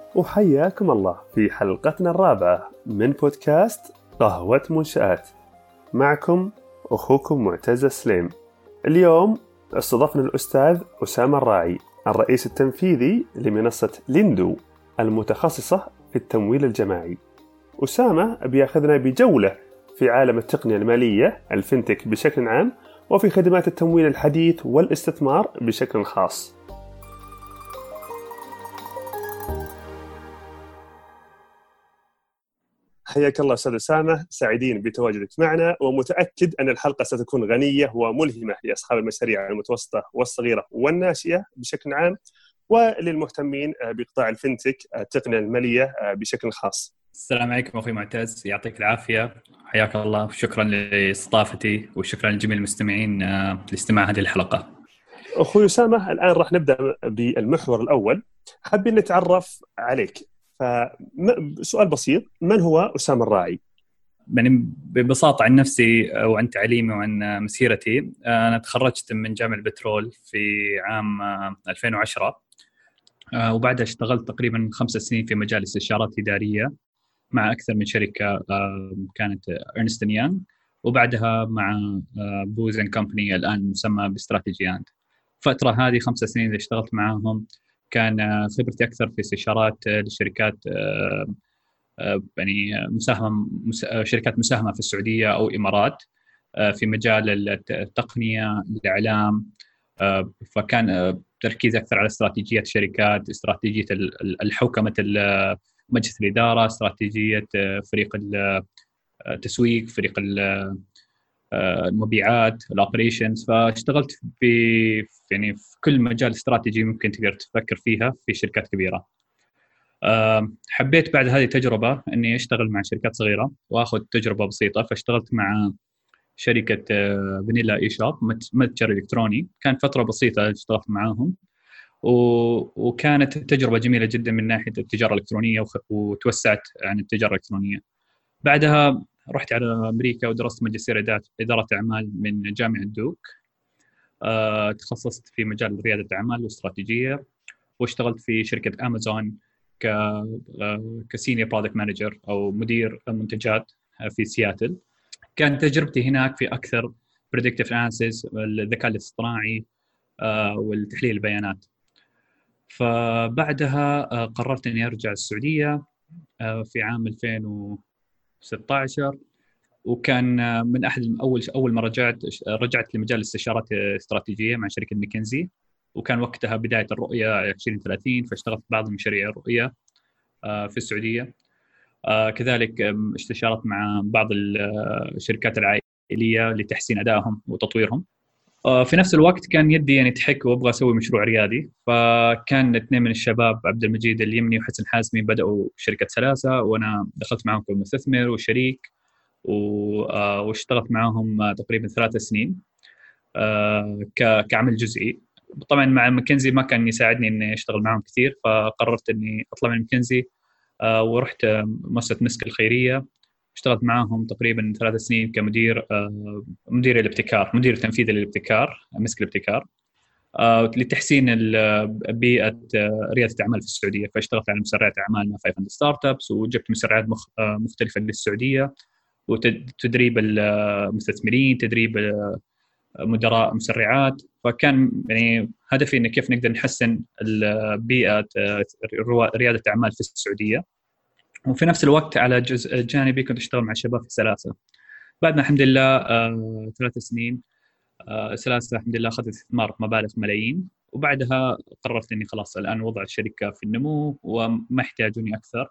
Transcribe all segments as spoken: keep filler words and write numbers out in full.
وحياكم الله في حلقتنا الرابعة من بودكاست قهوة منشآت. معكم أخوكم معتز سليم. اليوم استضفنا الأستاذ أسامة الراعي، الرئيس التنفيذي لمنصة ليندو المتخصصة في التمويل الجماعي. أسامة بياخذنا بجولة في عالم التقنية المالية الفينتك بشكل عام، وفي خدمات التمويل الحديث والاستثمار بشكل خاص. حياك الله أستاذ أسامة، سعيدين بتواجدك معنا، ومتأكد أن الحلقة ستكون غنية وملهمة لأصحاب المشاريع المتوسطة والصغيرة والناشئة بشكل عام، وللمهتمين بقطاع الفينتك التقنية المالية بشكل خاص. السلام عليكم أخوي معتز، يعطيك العافية، حياك الله، وشكرا لاستضافتي وشكرا لجميع المستمعين لاستماع هذه الحلقة. أخوي أسامة، الآن راح نبدأ بالمحور الأول. حابين نتعرف عليك، فسؤال بسيط: من هو أسامة الراعي؟ يعني ببساطة عن نفسي وعن تعليمي وعن مسيرتي، أنا تخرجت من جامعة البترول في عام ألفين وعشرة، وبعدها اشتغلت تقريبا خمس سنين في مجال استشارات إدارية مع أكثر من شركة، كانت إرنست أند يانغ، وبعدها مع بوز أند كومباني الآن مسمى باستراتيجياند. فترة هذه خمس سنين اللي اشتغلت معاهم كان خبرتي أكثر في استشارات للشركات، يعني مساهمة شركات مساهمة في السعودية أو إمارات في مجال التقنية، الإعلام. فكان تركيز أكثر على استراتيجية الشركات، استراتيجية الحوكمة مجلس الإدارة، استراتيجية فريق التسويق، فريق المبيعات، الأوبريشنز. فاشتغلت في يعني في كل مجال استراتيجي ممكن تقدر تفكر فيها في شركات كبيرة. حبيت بعد هذه التجربة أني أشتغل مع شركات صغيرة وأخذ تجربة بسيطة، فاشتغلت مع شركة فانيلا إي شوب، متجر إلكتروني. كان فترة بسيطة اشتغلت معاهم، وكانت تجربة جميلة جدا من ناحية التجارة الإلكترونية، وتوسعت عن التجارة الإلكترونية. بعدها رحت على أمريكا ودرست ماجستير إدارة أعمال من جامعة دوك. أه تخصصت في مجال ريادة الأعمال واستراتيجية، واشتغلت في شركة أمازون ك كسينيور برودكت مانجر أو مدير منتجات في سياتل. كانت تجربتي هناك في أكثر predictive analysis، الذكاء الاصطناعي والتحليل البيانات. فبعدها قررت أني أرجع السعودية في عام ألفين وستة عشر، وكان من أحد أول أول ما رجعت رجعت لمجال الاستشارات الاستراتيجية مع شركة ماكنزي، وكان وقتها بداية الرؤية عشرين ثلاثين، فاشتغلت بعض مشاريع الرؤية في السعودية. كذلك استشارت مع بعض الشركات العائلية لتحسين أدائهم وتطويرهم. في نفس الوقت كان يدي يعني تحك وابغى اسوي مشروع ريادي، فكان اثنين من الشباب عبد المجيد اليمني وحسن حازمي بداوا شركه سلاسه، وانا دخلت معهم كمستثمر وشريك، واشتغلت معهم تقريبا ثلاث سنين كعمل جزئي. طبعا مع ماكنزي ما كان يساعدني اني اشتغل معهم كثير، فقررت اني اطلع من ماكنزي ورحت مؤسسه مسك الخيريه. اشتغلت معاهم تقريبا ثلاث سنين كمدير مدير الابتكار، مدير تنفيذي للابتكار، مسك الابتكار، لتحسين بيئة ريادة الأعمال في السعودية. فاشتغلت على مسرعات أعمال مع خمسمية ستارت أبس، وجبت مسرعات مختلفة للسعودية، وتدريب المستثمرين، تدريب مدراء مسرعات. فكان يعني هدفي إن كيف نقدر نحسن بيئة ريادة الأعمال في السعودية. وفي نفس الوقت على جزء جانبي كنت أشتغل مع الشباب في سلاسة. بعدنا الحمد لله آه، ثلاث سنين آه، سلاسة الحمد لله أخذت استثمار مبالغ ملايين، وبعدها قررت إني خلاص الآن وضع الشركة في النمو وما يحتاجوني أكثر،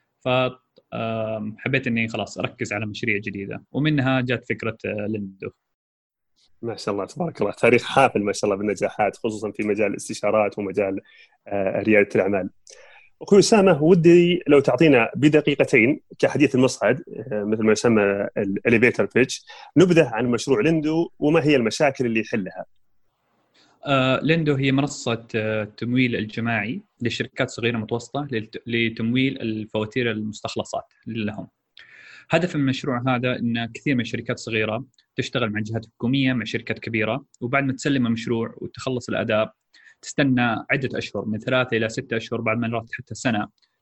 فحبيت إني خلاص أركز على مشاريع جديدة، ومنها جات فكرة آه، ليندو. ما شاء الله تبارك الله، تاريخ حافل ما شاء الله بالنجاحات، خصوصا في مجال الاستشارات ومجال آه، ريادة الأعمال. أخوي أسامة، ودي لو تعطينا بدقيقتين كحديث المصعد، مثل ما يسمى الإليفيتر بيتش، نبذة عن مشروع ليندو وما هي المشاكل اللي يحلها. آه، ليندو هي منصة آه، تمويل الجماعي لشركات صغيرة متوسطة لتمويل الفواتير المستخلصات لهم. هدف المشروع هذا أن كثير من الشركات الصغيرة تشتغل مع جهات حكومية، مع شركات كبيرة، وبعد ما تسلم المشروع وتخلص الأداء تستنى عدة أشهر، من ثلاثة إلى ستة أشهر، بعد ما نرات حتى سنة،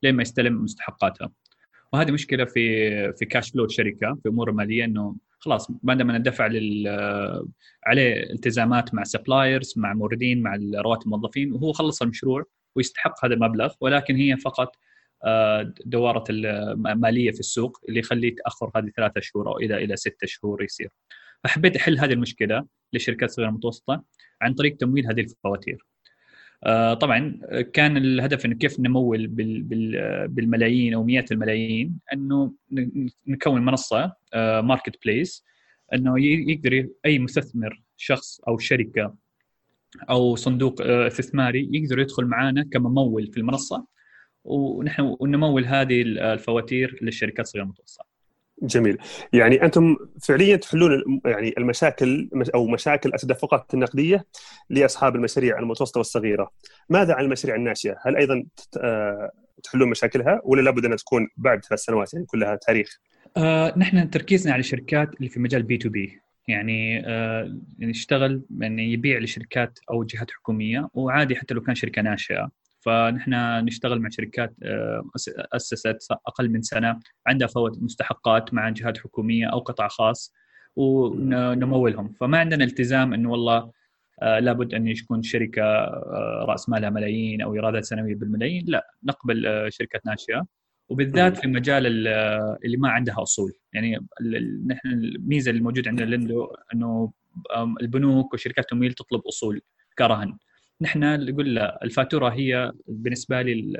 لين ما يستلم مستحقاتها. وهذه مشكله في في كاش فلو الشركه في امور الماليه، انه خلاص بعد ما ندفع لل عليه التزامات مع سبلايرز، مع موردين، مع رواتب الموظفين، وهو خلص المشروع ويستحق هذا المبلغ، ولكن هي فقط دواره الماليه في السوق اللي يخليه تاخر هذه ثلاثة شهور او الى الى ستة شهور يصير. فحبيت احل هذه المشكله للشركات الصغيره والمتوسطه عن طريق تمويل هذه الفواتير. طبعا كان الهدف انه كيف نمول بالملايين او مئات الملايين، انه نكون منصه ماركت بليس، انه يقدر اي مستثمر شخص او شركه او صندوق استثماري يقدر يدخل معنا كممول في المنصه، ونحن نمول هذه الفواتير للشركات الصغيره والمتوسطه. جميل. يعني أنتم فعليا تحلون يعني المشاكل أو مشاكل التدفقات النقدية لأصحاب المشاريع المتوسطة والصغيرة. ماذا عن المشاريع الناشئة؟ هل أيضا تحلون مشاكلها ولا لابد أن تكون بعد ثلاث سنوات يعني كلها تاريخ؟ آه نحن تركيزنا على الشركات اللي في مجال بي تو بي، يعني آه نشتغل يعني يبيع لشركات أو جهات حكومية، وعادي حتى لو كان شركة ناشئة. فنحن نشتغل مع شركات أسست أقل من سنة، عندها فوات مستحقات مع جهات حكومية أو قطاع خاص، ونمولهم. فما عندنا التزام إنه والله لابد أن يكون شركة رأس مالها ملايين أو إيرادات سنوية بالملايين. لا، نقبل شركات ناشئة، وبالذات في مجال اللي ما عندها أصول. يعني نحن الميزة الموجودة عندنا لندو أنه البنوك وشركات التمويل تطلب أصول كرهن. نحن نقول لا، الفاتورة هي بالنسبة لي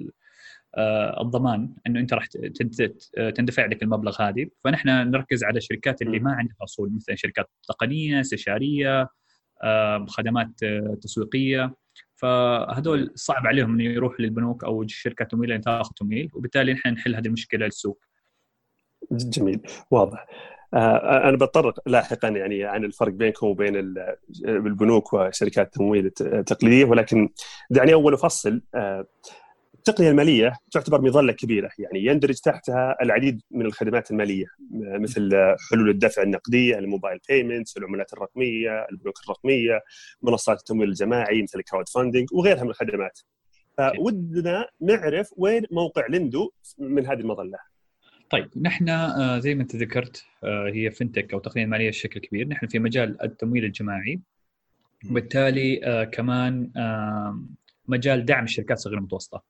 الضمان أنه أنت راح تندفع لك المبلغ هذه. فنحن نركز على الشركات اللي ما عندها أصول، مثل شركات تقنية، استشارية، خدمات تسويقية. فهذول صعب عليهم أن يروح للبنوك أو شركات تمويل أن تأخذ تمويل، وبالتالي نحن نحل هذه المشكلة للسوق. جميل، واضح. أنا بتطرق لاحقا يعني عن الفرق بينكم وبين البنوك وشركات التمويل التقليدية، ولكن دعني أول أفصل. التقنية المالية تعتبر مظلة كبيرة، يعني يندرج تحتها العديد من الخدمات المالية مثل حلول الدفع النقدية، الموبايل بيمنتس، العملات الرقمية، البنوك الرقمية، منصات التمويل الجماعي مثل الكراود فاندنج وغيرها من الخدمات. فودنا نعرف وين موقع لندو من هذه المظلة. طيب، نحن زي ما انت ذكرت هي فينتك او تقنيه ماليه بشكل كبير. نحن في مجال التمويل الجماعي، وبالتالي كمان مجال دعم الشركات الصغيره والمتوسطه.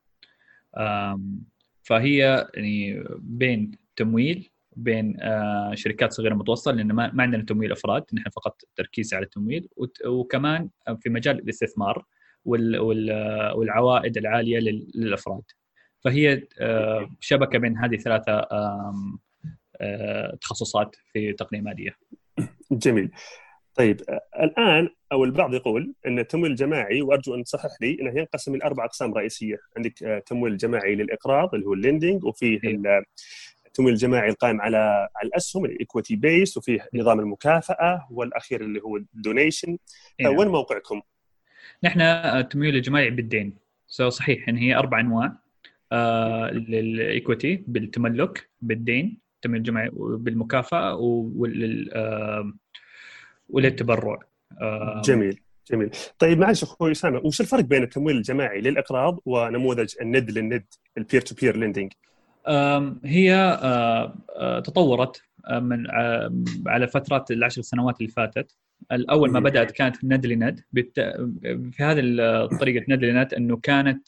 فهي يعني بين تمويل بين شركات صغيره ومتوسطه، لان ما عندنا تمويل افراد، نحن فقط تركيز على التمويل، وكمان في مجال الاستثمار والعوائد العاليه للافراد. فهي شبكه بين هذه ثلاثه تخصصات في تقنيه ماليه. جميل. طيب الآن أو البعض يقول أن التمويل الجماعي، وأرجو أن تصحح لي، أنه ينقسم إلى أربع أقسام رئيسية. عندك تمويل جماعي للإقراض اللي هو الليندينج، وفيه التمويل الجماعي القائم على على الأسهم الإيكويتي بيس، وفيه نظام المكافأة، والأخير اللي هو الدونيشن. وين موقعكم؟ نحن التمويل الجماعي بالدين. صحيح إن هي أربع أنواع آه للإيكويتي، بالتملك، بالدين، التمويل الجماعي، بالمكافأة، وال آه وللتبرع. جميل جميل. طيب معلش اخوي اسامه، وش الفرق بين التمويل الجماعي للاقراض ونموذج الند للند البير تو بير ليندنج؟ هي تطورت من على فترات العشر سنوات اللي فاتت. الاول ما بدات كانت ند لند. في هذه الطريقه ند لند انه كانت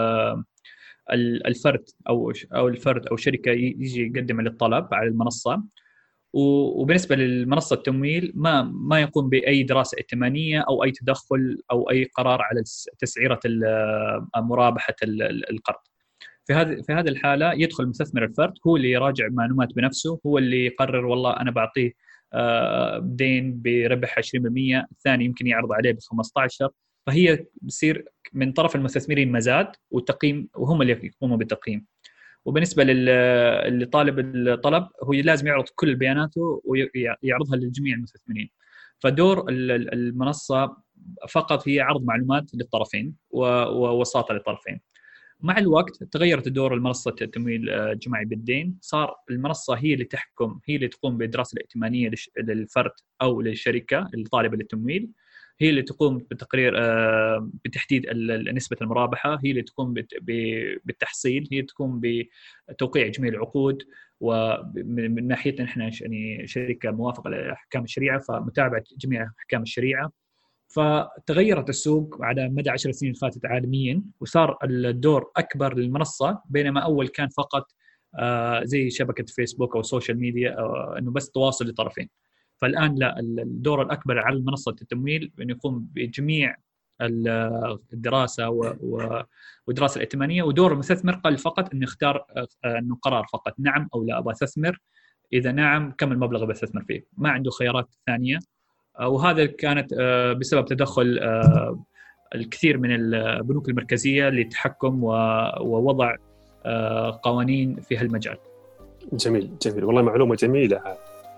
الفرد او او الفرد او شركه يجي يقدم للطلب على المنصه، وبالنسبه للمنصه التمويل ما ما يقوم باي دراسه ائتمانيه او اي تدخل او اي قرار على تسعيره مرابحه القرض. في هذه في هذه الحاله يدخل المستثمر الفرد، هو اللي يراجع معلومات بنفسه، هو اللي يقرر والله انا بعطيه دين بربح عشرين بالمئة، الثاني يمكن يعرض عليه ب خمسة عشر. فهي بصير من طرف المستثمرين مزاد وتقييم، وهم اللي يقوموا بالتقييم. وبالنسبه للطالب الطلب، هو لازم يعرض كل بياناته ويعرضها لجميع المستثمرين. فدور المنصه فقط هي عرض معلومات للطرفين ووساطه للطرفين. مع الوقت تغيرت دور المنصه التمويل الجماعي بالدين، صار المنصه هي اللي تحكم، هي اللي تقوم بالدراسه الائتمانيه للفرد او للشركه الطالبه للتمويل، هي اللي تقوم بتقرير بتحديد نسبة المرابحة، هي اللي تقوم بالتحصيل، هي تقوم بتوقيع جميع العقود. ومن ناحيتنا نحن يعني شركة موافقة لأحكام الشريعة، فمتابعة جميع أحكام الشريعة. فتغيرت السوق على مدى عشر سنين فاتت عالميا، وصار الدور أكبر للمنصة، بينما أول كان فقط زي شبكة فيسبوك أو السوشيال ميديا أنه بس تواصل لطرفين. فالآن لا، الدور الأكبر على منصة التمويل أن يقوم بجميع الدراسة والدراسة الائتمانية، ودور المستثمر قل فقط أنه يختار أنه قرار فقط نعم أو لا أبغى أستثمر، إذا نعم كم المبلغ بستثمر فيه، ما عنده خيارات ثانية. وهذا كانت بسبب تدخل الكثير من البنوك المركزية للتحكم ووضع قوانين في هالمجال. جميل جميل والله معلومة جميلة.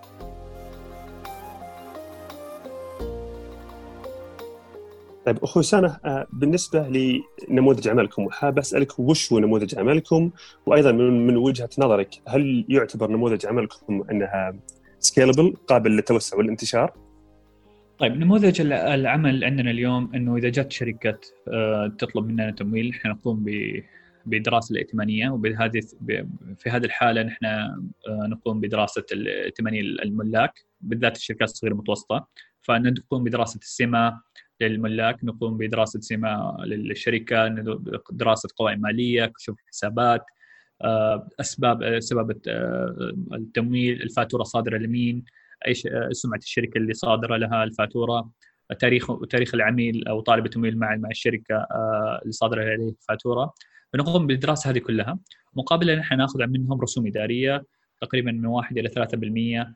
طيب أخوي سانة، بالنسبة لنموذج عملكم وحاب أسألك وش هو نموذج عملكم، وأيضا من وجهة نظرك هل يعتبر نموذج عملكم أنها scalable قابل للتوسع والانتشار؟ طيب نموذج العمل عندنا اليوم أنه إذا جت شركة تطلب مننا تمويل، نحن نقوم بدراسة الائتمانية، وبهذه في هذه الحالة نحن نقوم بدراسة الائتمانية الملاك بالذات الشركات الصغيرة المتوسطة. فنقوم بدراسة السمة للملاك، نقوم بدراسة سمة للشركة، دراسة قوائم مالية، كشف حسابات، أسباب سبب التمويل، الفاتورة صادرة لمين، أي سمعة الشركة اللي صادرة لها الفاتورة، تاريخ تاريخ العميل أو طالب التمويل مع مع الشركة اللي صادرة عليه الفاتورة. فنقوم بالدراسة هذه كلها، مقابل نحن نأخذ منهم رسوم إدارية تقريبا من واحد إلى ثلاثة بالمية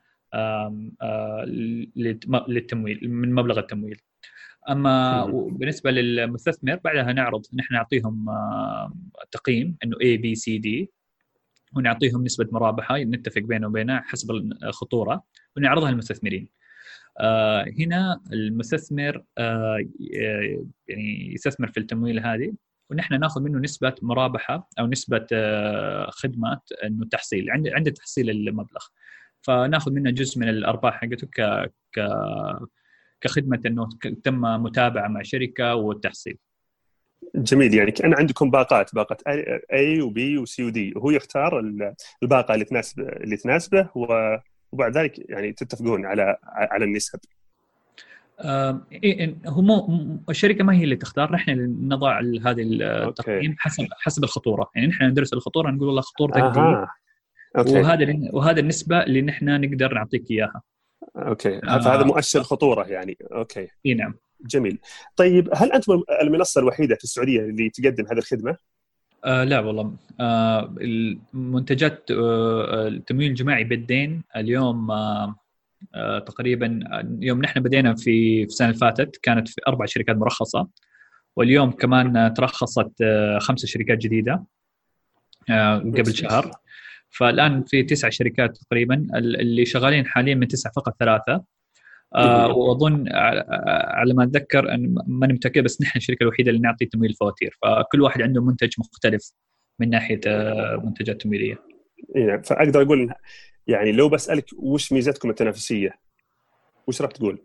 للتمويل من مبلغ التمويل. أما بالنسبة للمستثمر بعدها نعرض، نحن نعطيهم تقييم إنه A B C D، ونعطيهم نسبة مرابحة نتفق بينه وبينه حسب الخطورة، ونعرضها للمستثمرين. آه هنا المستثمر آه يعني يستثمر في التمويل هذه، ونحن ناخذ منه نسبة مرابحة أو نسبة آه خدمات إنه التحصيل عند عند تحصيل المبلغ، فناخذ منه جزء من الأرباح حقته ك ك كخدمة إنه تم متابعة مع شركة والتحصيل. جميل، يعني كأن عندكم باقات، باقة A و B و C و D، وهو يختار الباقة اللي تناسب اللي تناسبه، وبعد ذلك يعني تتفقون على على النسب. آه هو مو الشركة ما هي اللي تختار، نحن اللي نضع هذه التقييم حسب حسب الخطورة. يعني نحن ندرس الخطورة، نقول والله خطورتك آه. دي، وهذا وهذا النسبة اللي نحن نقدر نعطيك إياها. أوكي، فهذا مؤشر خطورة يعني. أوكي. إيه نعم. جميل. طيب هل أنتم المنصة الوحيدة في السعودية اللي تقدم هذه الخدمة؟ آه لا والله، آه المنتجات آه التمويل الجماعي بالدين اليوم آه آه تقريبا يوم نحن بدينا في في السنة اللي فاتت كانت في أربع شركات مرخصة، واليوم كمان آه ترخصت آه خمسة شركات جديدة آه قبل شهر. فالآن في تسع شركات تقريبا، اللي شغالين حاليا من تسع فقط ثلاثة. آه وأظن على ما أتذكر أن ما متأكد، بس نحن الشركة الوحيدة اللي نعطي تمويل فواتير، فكل واحد عنده منتج مختلف من ناحية آه منتجات تمويلية. يعني فأقدر أقول يعني لو بسألك وش ميزتكم التنافسية وش راح تقول؟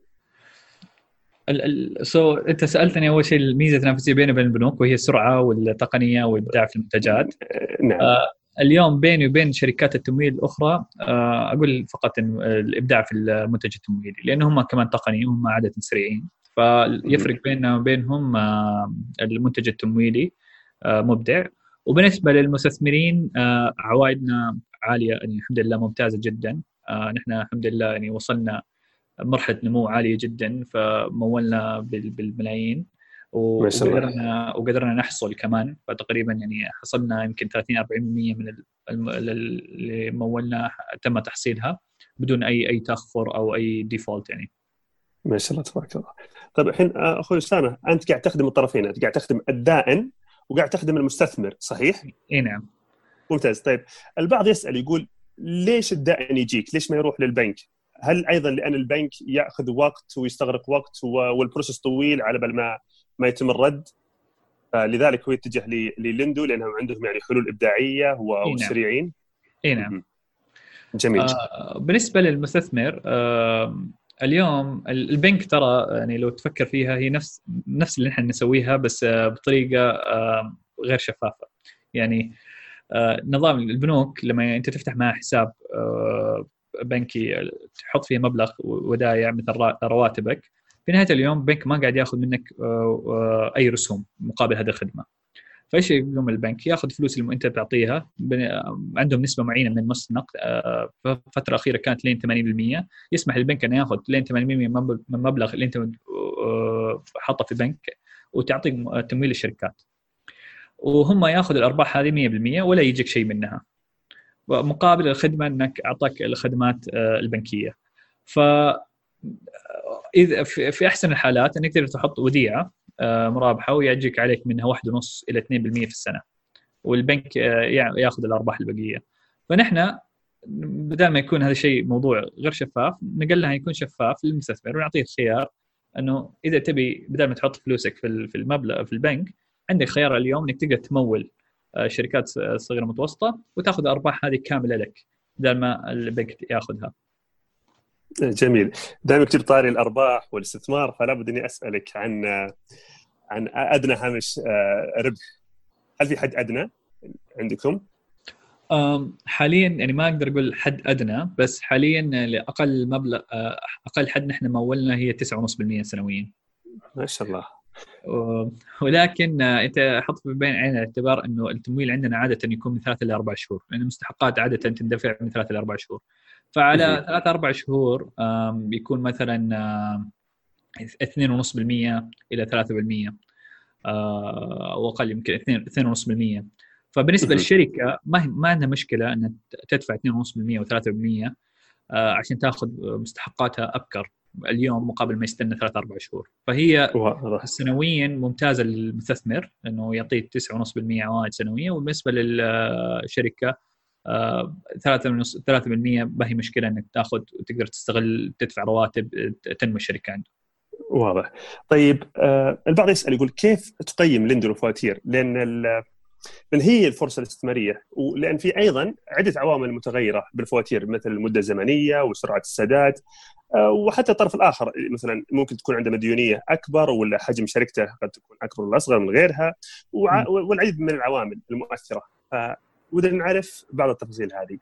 ال سو so, أنت سألتني أول شيء الميزة التنافسية بيني وبين البنوك، وهي السرعة والتقنية والإبداع في المنتجات. نعم. آه اليوم بيني وبين شركات التمويل الأخرى آه أقول فقط إن الإبداع في المنتج التمويلي، لأن هم كمان تقني وهم عادة سريعين، فيفرق بيننا وبينهم آه المنتج التمويلي آه مبدع. وبالنسبة للمستثمرين آه عوائدنا عالية يعني الحمد لله ممتازة جدا. آه نحن الحمد لله يعني وصلنا مرحلة نمو عالية جدا، فمولنا بالملايين، وقدرنا وقدرنا نحصل كمان، فتقريبا يعني حصلنا يمكن ثلاثين أربعين بالمية من اللي مولنا تم تحصيلها بدون اي اي تاخر او اي ديفولت يعني. ما شاء الله تبارك الله. طيب الحين اخوي أسامة، انت قاعد تخدم الطرفين، انت قاعد تخدم الدائن وقاعد تخدم المستثمر، صحيح؟ اي نعم. ممتاز. طيب البعض يسأل يقول ليش الدائن يجيك، ليش ما يروح للبنك؟ هل ايضا لان البنك ياخذ وقت ويستغرق وقت والبروسيس طويل على بال ما ما يتم الرد، لذلك هو يتجه لليندو لانهم عندهم يعني حلول ابداعيه وسريعين؟ اي نعم. جميل. آه بالنسبه للمستثمر آه اليوم البنك ترى يعني لو تفكر فيها هي نفس نفس اللي نحن نسويها بس بطريقة غير شفافة. يعني نظام البنوك لما أنت تفتح معه حساب بنكي تحط فيه مبلغ ودائع مثل رواتبك، في نهاية اليوم البنك ما قاعد ياخذ منك أي رسوم مقابل هذه الخدمة. فايش يقوم البنك؟ ياخذ فلوس اللي انت بتعطيها، عندهم نسبه معينه من مص النقد، فتره اخيره كانت لين ثمانين بالمئة، يسمح للبنك انه ياخذ لين ثمانين بالمئة من المبلغ اللي انت حاطه في البنك وتعطيك تمويل للشركات، وهم ياخذ الارباح هذه مئة بالمئة ولا يجيك شيء منها مقابل الخدمه انك اعطاك الخدمات البنكيه. ف اذا في احسن الحالات انك تقدر تحط وديعه مرابحه ويجيك عليك منها واحد ونص الى اثنين بالمئة في السنه، والبنك ياخذ الارباح البقيه. فنحن بدل ما يكون هذا الشيء موضوع غير شفاف، نقلها يكون شفاف للمستثمر ونعطيه الخيار انه اذا تبي بدل ما تحط فلوسك في في المبلغ في البنك، عندك خيار اليوم انك تقدر تمول شركات صغيره متوسطه وتاخذ الارباح هذه كامله لك بدل ما البنك ياخذها. جميل. دائما كتير طاري الارباح والاستثمار، فلا بد اني اسالك عن عن ادنى هامش ربح. هل في حد ادنى عندكم؟ حاليا يعني ما اقدر اقول حد ادنى، بس حاليا لاقل مبلغ اقل حد نحن مولنا هي تسعة فاصلة خمسة بالمئة سنويا. ما شاء الله. ولكن انت حط في بين عين الاعتبار انه التمويل عندنا عاده يكون من ثلاثة الى أربعة شهور، لان المستحقات عاده تندفع من ثلاثة الى أربعة شهور. فعلى ثلاثة أربعة شهور بيكون مثلا اثنين ونص بالمئة إلى ثلاثة بالمئة أو أقل، يمكن اثنين اثنين ونص بالمئة. فبالنسبة للشركة ما ما عندها مشكلة أن تدفع اثنين ونص بالمئة وثلاثة بالمئة عشان تأخذ مستحقاتها أبكر اليوم مقابل ما يستنى ثلاثة أربعة شهور. فهي سنويا ممتازة للمستثمر لأنه يعطيه تسعة ونص بالمئة عوائد سنوية، وبالنسبة للشركة ثلاثة ونص ثلاثة بالمئة ما هي مشكلة إنك تأخذ وتقدر تستغل تدفع رواتب تنمو الشركة عنده. واضح. طيب آه البعض يسأل يقول كيف تقيم لندن وفواتير؟ لأن لأن هي الفرصة الاستثمارية، ولأن في أيضا عدة عوامل متغيرة بالفواتير مثل المدة الزمنية وسرعة السداد، آه وحتى الطرف الآخر مثلا ممكن تكون عنده مديونية أكبر ولا حجم شركته قد تكون أكبر ولا أصغر من غيرها، والعديد من العوامل المؤثرة. ودنا نعرف بعض التفاصيل هذه.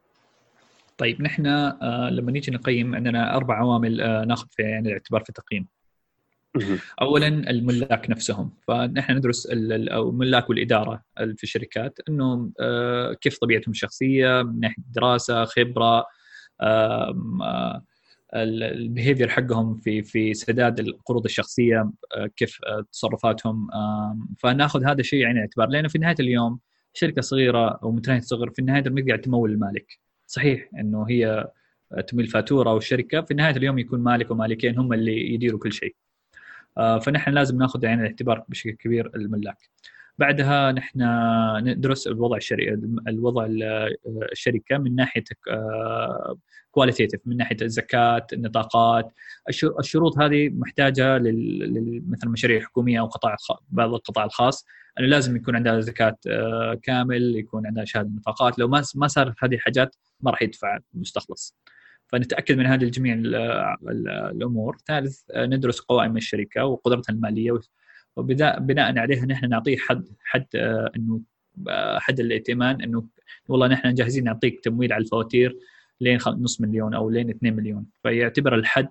طيب نحن آه لما نيجي نقيم عندنا أربع عوامل آه ناخذ في يعني الاعتبار في التقييم. أولاً الملاك نفسهم، فنحن ندرس الملاك والإدارة في الشركات إنه آه كيف طبيعتهم الشخصية من ناحية دراسة خبرة، آه البيهيفير حقهم في في سداد القروض الشخصية، آه كيف آه تصرفاتهم. آه فناخذ هذا الشيء عين الاعتبار، لأنه في نهاية اليوم شركة صغيرة أو متناهية الصغر في النهاية قاعد تمول المالك. صحيح إنه هي تمويل فاتورة والشركة في نهاية اليوم يكون مالك ومالكين هم اللي يديروا كل شيء. فنحن لازم ناخذ عين الاعتبار بشكل كبير الملاك. بعدها نحن ندرس الوضع الشركة الوضع الشركة من ناحية كواليتيتيف، من ناحية الزكاة النطاقات. الشروط هذه محتاجة مثل مشاريع حكومية أو قطاع بعض القطاع الخاص أنه لازم يكون عندها زكاة كامل، يكون عندها شهادة نفقات. لو ما ما صارت هذه الحاجات ما راح يدفع مستخلص. فنتأكد من هذه الجميع الأمور. ثالث ندرس قوائم الشركة وقدرتها المالية، وبناء عليها نحن نعطيه حد حد إنه حد الائتمان إنه والله نحن جاهزين نعطيك تمويل على الفواتير لين نص مليون أو لين اثنين مليون. فيعتبر الحد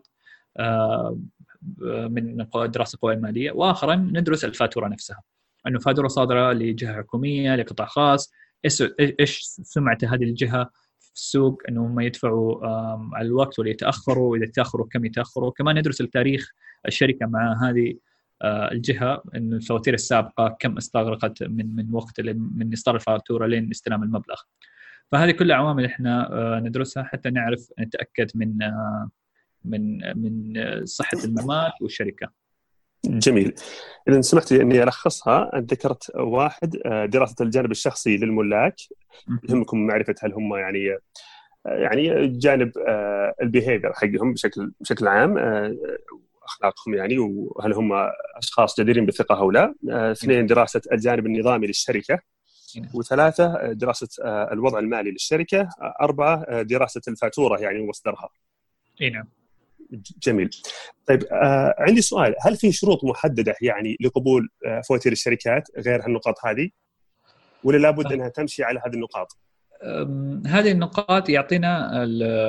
من دراسة القوائم المالية. وآخرا ندرس الفاتورة نفسها، أنه فاتورة صادرة لجهة حكومية لقطاع خاص، إيش سمعة هذه الجهة في السوق، أنه هم يدفعوا على الوقت ولا يتأخروا، وإذا تأخروا كم يتأخروا. كمان ندرس التاريخ الشركة مع هذه الجهة، أن الفواتير السابقة كم استغرقت من من وقت من إصدار الفاتورة لين استلام المبلغ. فهذه كل عوامل إحنا ندرسها حتى نعرف نتأكد من من من صحة الممالك والشركة. جميل. إذا سمحت لي أني ألخصها، أنت ذكرت واحد دراسة الجانب الشخصي للملاك، يهمكم معرفة هل هم يعني يعني جانب البيهيفير حقهم بشكل بشكل عام، أخلاقهم يعني، وهل هم أشخاص جديرين بالثقة أو لا. اثنين دراسة الجانب النظامي للشركة، وثلاثة دراسة الوضع المالي للشركة، أربعة دراسة الفاتورة يعني ومصدرها. إيه نعم. جميل. طيب آه عندي سؤال، هل في شروط محددة يعني لقبول آه فواتير الشركات غير هالنقاط هذه، ولا لابد أنها تمشي على هذه النقاط؟ هذه النقاط يعطينا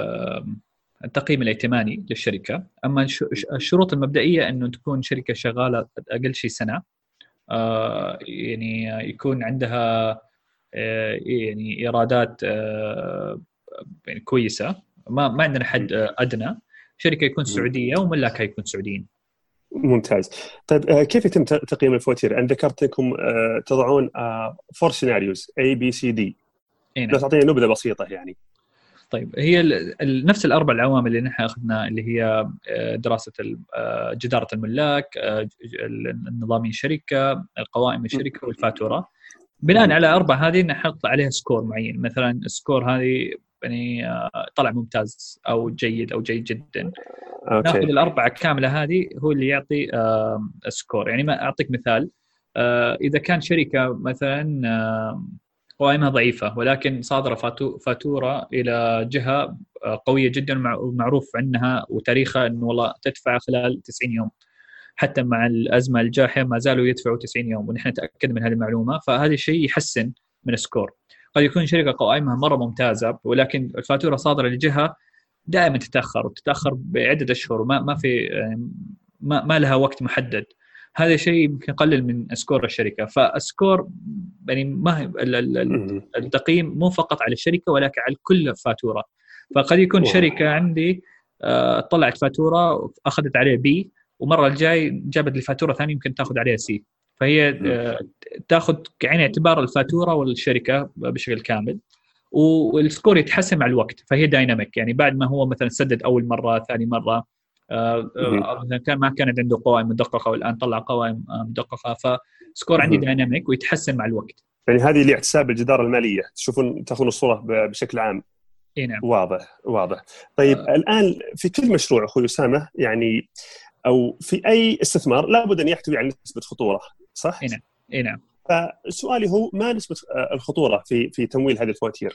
التقييم الائتماني للشركة. أما الشروط المبدئية أنه تكون شركة شغالة أقل شيء سنة، آه يعني يكون عندها آه يعني إيرادات آه يعني كويسة، ما ما عندنا حد أدنى. شركة يكون سعودية وملاكها يكون سعوديين. ممتاز. طيب كيف يتم تقييم الفواتير؟ أنا ذكرت لكم تضعون فور سيناريوز A B C D، لا تعطينا نبذة بسيطة يعني. طيب هي نفس الأربع العوامل اللي نحن أخذنا، اللي هي دراسة جدارة الملاك، النظامين الشركة، القوائم الشركة، والفاتورة. بناء على أربع هذه نحط عليها سكور معين. مثلا السكور هذه يعني طلع ممتاز أو جيد أو جيد جدا، أوكي. ناخذ الأربعة كاملة هذه هو اللي يعطي سكور. يعني ما أعطيك مثال، إذا كان شركة مثلا قوائمها ضعيفة ولكن صادرة فاتورة إلى جهة قوية جدا ومعروف عنها وتاريخها أنه والله تدفع خلال تسعين يوم، حتى مع الأزمة الجاحة ما زالوا يدفعوا تسعين يوم ونحن نتأكد من هذه المعلومة، فهذا الشيء يحسن من السكور. قد يكون شركة قوائمها مرة ممتازة ولكن الفاتورة صادرة لجهة دائما تتأخر وتتأخر بعدة أشهر، وما ما في ما, ما لها وقت محدد. هذا شيء يمكن يقلل من سكور الشركة. فالسكور يعني ما التقييم مو فقط على الشركة ولكن على كل فاتورة. فقد يكون شركة عندي طلعت فاتورة أخذت عليها بي، ومرة الجاي جابت الفاتورة ثانية يمكن تأخذ عليها سي، فهي تأخذ عين اعتبار الفاتورة والشركة بشكل كامل، والسكور يتحسن مع الوقت. فهي دايناميك، يعني بعد ما هو مثلا سدد أول مرة ثاني مرة مثلا كان ما كانت عنده قوائم مدققة والآن طلع قوائم مدققة، فسكور عندي دايناميك ويتحسن مع الوقت. يعني هذه لاحتساب الجدارة المالية، تشوفون تأخذون الصورة بشكل عام. إيه نعم. واضح واضح. طيب آه. الآن في كل مشروع أخوي أسامة يعني أو في أي استثمار لابد أن يحتوي على نسبة خطورة، صح؟ إيه نعم. إيه نعم. فسؤالي هو ما نسبة الخطورة في في تمويل هذه الفواتير؟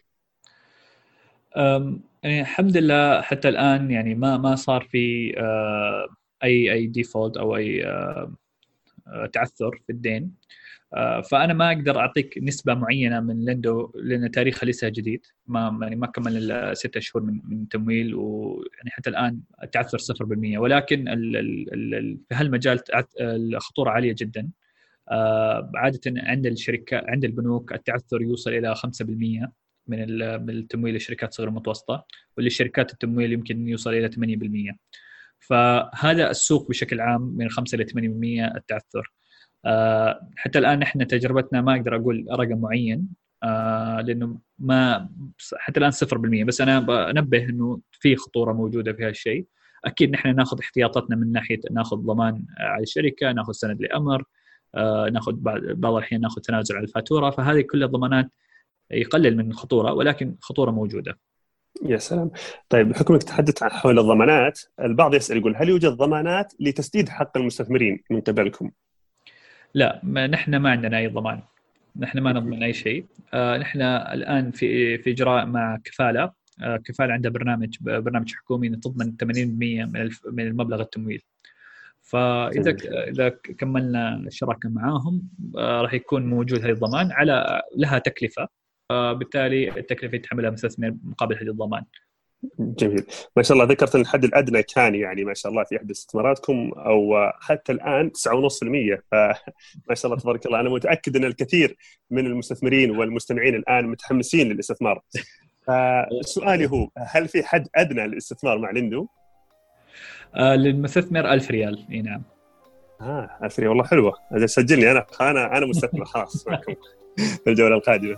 يعني الحمد لله حتى الآن يعني ما ما صار في أي أي ديفولت أو أي تعثر في الدين. فأنا ما أقدر أعطيك نسبة معينة من لندو لأن تاريخها لسه جديد، ما يعني ما كمل الستة شهور من من تمويل، ويعني حتى الآن التعثر صفر بالمية. ولكن ال ال ال في هالمجال الخطورة عالية جدا. عادة عند الشركة عند البنوك التعثر يوصل إلى خمسة بالمية من من التمويل للشركات الصغيرة المتوسطة، وللشركات التمويل يمكن يوصل إلى ثمانية بالمية. فهذا السوق بشكل عام من خمسة إلى ثمانية بالمية التعثر. أه حتى الآن إحنا تجربتنا ما أقدر أقول رقم معين، أه لأنه ما حتى الآن صفر بالمية، بس أنا بنبه إنه في خطورة موجودة في هالشيء. أكيد نحن نأخذ احتياطاتنا من ناحية نأخذ ضمان على الشركة، نأخذ سند لأمر، أه نأخذ بعض الأحيان نأخذ تنازل على الفاتورة، فهذه كل الضمانات يقلل من الخطورة، ولكن خطورة موجودة. يا سلام. طيب بحكم تحدث عن حول الضمانات، البعض يسأل يقول هل يوجد ضمانات لتسديد حق المستثمرين من قبلكم؟ لا، ما نحن ما عندنا أي ضمان، نحن ما نضمن أي شيء. آه نحن الآن في في إجراء مع كفالة. آه كفالة عندها برنامج برنامج حكومي تضمن ثمانين بالمية من من المبلغ التمويل. فإذا إذا كملنا الشراكة معاهم آه راح يكون موجود هذا الضمان، على لها تكلفة، آه بالتالي التكلفة يتحملها المستثمر مقابل هذا الضمان. جميل. ما شاء الله ذكرت أن الحد الأدنى كان يعني ما شاء الله في أحد استثماراتكم أو حتى الآن تسعة فاصلة خمسة بالمية، فما شاء الله تبارك الله. أنا متأكد أن الكثير من المستثمرين والمستمعين الآن متحمسين للاستثمار. فسؤالي هو هل في حد أدنى للاستثمار مع لندو؟ آه للمستثمر ألف ريال. إيه نعم. آه ألف ريال والله حلوة. إذا سجلني أنا أنا أنا مستثمر خلاص معكم في الجولة القادمة.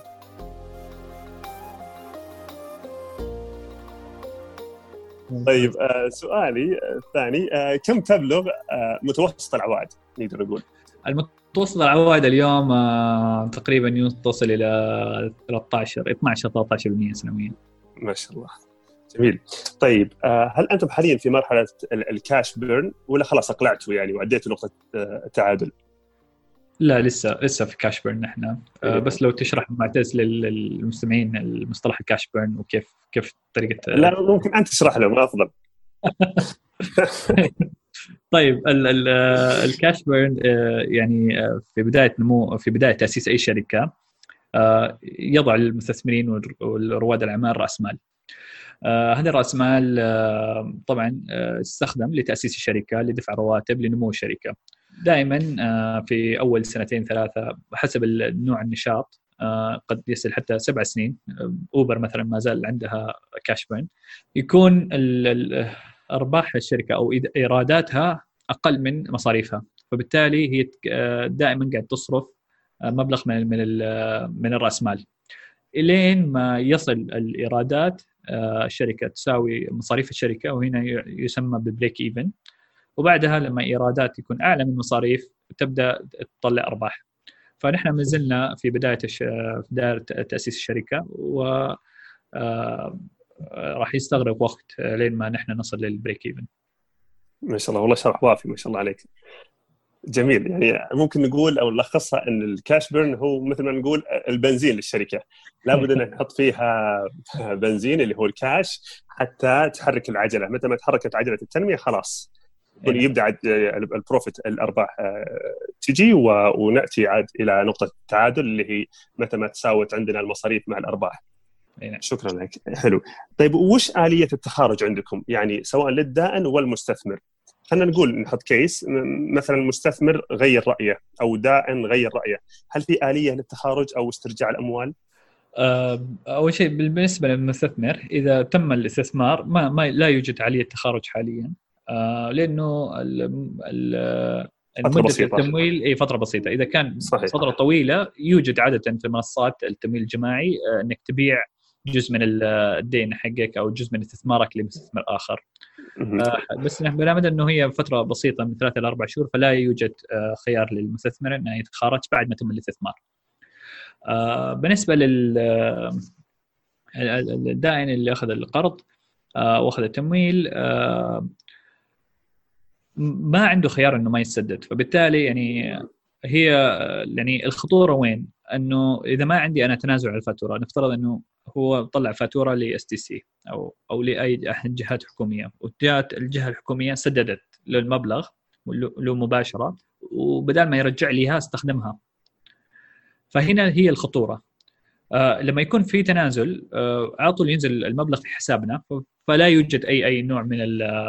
طيب آه سؤالي الثاني، آه كم تبلغ آه متوسط العوائد نقدر نقول؟ المتوسط العوائد اليوم آه تقريبا يوصل إلى ثلاثة عشر اثنا عشر ثلاثة عشر بالمية سنويا. ما شاء الله. جميل. طيب آه هل أنتم حاليا في مرحلة الكاش بيرن ولا خلاص أقلعتوا يعني وعديتوا نقطة التعادل؟ لا لسه لسه في كاش بيرن احنا. آه بس لو تشرح معتز للمستمعين المصطلح الكاش بيرن وكيف كيف طريقة. لا ممكن أنت تشرح لهم أفضل. طيب الكاش بيرن يعني في بدايه نمو في بدايه تاسيس اي شركه يضع للمستثمرين والرواد الاعمال راس مال. هذا راس مال طبعا استخدم لتاسيس الشركه، لدفع رواتب، لنمو الشركه. دائما في اول سنتين ثلاثه حسب نوع النشاط قد يصل حتى سبع سنين. اوبر مثلا ما زال عندها كاش بيرن، يكون ارباح الشركه او ايراداتها اقل من مصاريفها، فبالتالي هي دائما قاعد تصرف مبلغ من من من الراس مال الين ما يصل الايرادات الشركه تساوي مصاريف الشركه، وهنا يسمى بالبريك ايفن. وبعدها لما ايرادات يكون اعلى من المصاريف تبدا تطلع ارباح. فنحن ما زلنا في بدايه الش... في بدايه تاسيس الشركه، و راح يستغرق وقت لين ما نحن نصل للبريك ايفن. ما شاء الله، والله شرح وافي، ما شاء الله عليك. جميل. يعني ممكن نقول او نلخصها ان الكاش بيرن هو مثل ما نقول البنزين للشركه، لابد ان نحط فيها بنزين اللي هو الكاش حتى تحرك العجله. متى ما تحركت عجله التنميه خلاص يبدا البروفيت، الارباح تجي، وناتي عاد الى نقطه التعادل اللي هي متى ما تساوت عندنا المصاريف مع الارباح. شكرا لك. حلو. طيب وش آلية التخارج عندكم، يعني سواء للدائن والمستثمر؟ خلينا نقول نحط كيس، مثلا المستثمر غير رأيه أو دائن غير رأيه، هل في آلية للتخارج أو استرجاع الأموال؟ أول شيء بالنسبة للمستثمر إذا تم الاستثمار ما, ما لا يوجد آلية تخارج حاليا، لأنه المدة التمويل أي فترة بسيطة. إذا كان صحيح. فترة طويلة يوجد عادة في منصات التمويل الجماعي أنك تبيع جزء من الدين حقك أو جزء من استثمارك لمستثمر آخر. آه بس نحن بنعتمد أنه هي فترة بسيطة من ثلاثة إلى أربع شهور، فلا يوجد آه خيار للمستثمر أنه يتخارج بعد ما تم الاستثمار. آه بالنسبة للدائن اللي أخذ القرض آه وأخذ التمويل آه ما عنده خيار أنه ما يسدد، فبالتالي يعني هي يعني الخطورة وين؟ أنه إذا ما عندي أنا تنازل على الفاتورة، نفترض أنه هو طلع فاتورة ل إس تي سي أو أو لأي أحد جهات حكومية، وجات الجهة الحكومية سددت للمبلغ له مباشرة، وبدال ما يرجع ليها استخدمها. فهنا هي الخطورة. آه لما يكون في تنازل آه على طول ينزل المبلغ في حسابنا، فلا يوجد أي أي نوع من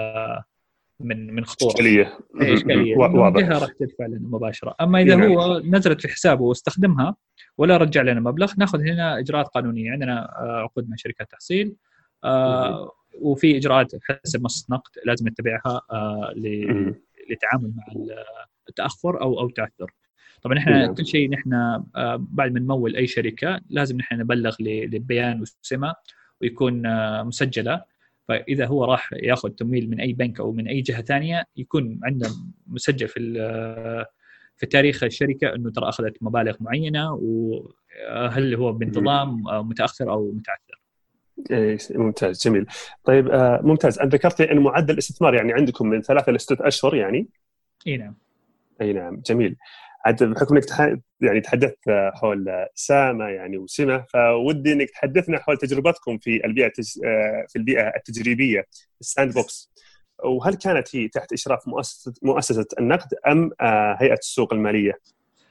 من من خطوره اشكاليه اشكاليه لانه الجهه راح تدفع لنا مباشره. اما اذا هو نزلت في حسابه واستخدمها ولا رجع لنا مبلغ، ناخذ هنا اجراءات قانونيه. عندنا عقود مع شركات تحصيل آه وفي اجراءات حسب مص نقد لازم نتبعها آه للتعامل مع التاخر او او تعثر. طبعا احنا كل شيء نحن آه بعد ما نمول اي شركه لازم نحن نبلغ للبيان والسمه ويكون آه مسجله. فإذا هو راح يأخذ تمويل من أي بنك أو من أي جهة ثانية يكون عندنا مسجل في في تاريخ الشركة إنه ترى أخذت مبالغ معينة، وهل هو بانتظام متأخر أو متعثر. ممتاز. جميل. طيب آه ممتاز. أنت ذكرت أن معدل الاستثمار يعني عندكم من ثلاثة إلى ستة أشهر يعني؟ أي نعم. أي نعم. جميل. عاد بحكم انك يعني تحدثت حول سامة يعني وسمة، فودي انك تحدثنا حول تجربتكم في البيئة في البيئة التجريبية الساند بوكس، وهل كانت هي تحت إشراف مؤسسة مؤسسة النقد أم هيئة السوق المالية؟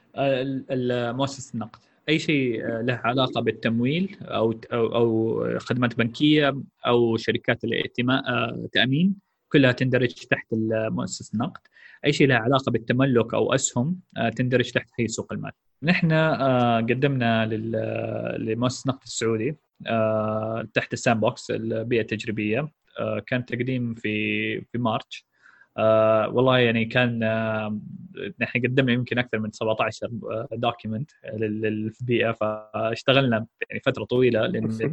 مؤسسة النقد. أي شيء له علاقة بالتمويل أو أو أو خدمات بنكية أو شركات الائتمان تأمين كلها تندرج تحت مؤسسة النقد. أي شيء له علاقة بالتملك أو أسهم تندرج تحت هيئة سوق المال. نحن قدمنا لمؤسسة النقد السعودي تحت الساند بوكس البيئة التجريبية. كان تقديم في في مارس. والله يعني كان نحن قدمنا يمكن أكثر من سبعة عشر دوكيمنت للبيئة، فاشتغلنا يعني فترة طويلة لأن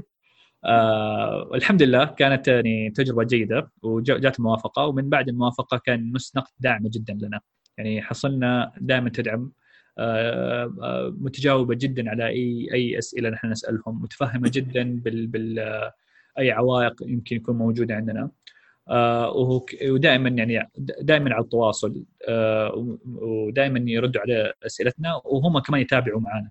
آه الحمد لله كانت يعني تجربة جيدة وجات الموافقة. ومن بعد الموافقة كان مؤسسة النقد داعمة جدا لنا، يعني حصلنا دائما تدعم آه آه متجاوبة جدا على أي أي أسئلة نحن نسألهم، متفهمة جدا بال بال أي عوائق يمكن يكون موجودة عندنا. آه ودائما يعني دائما على التواصل آه ودائما يردوا على أسئلتنا، وهم كمان يتابعوا معنا.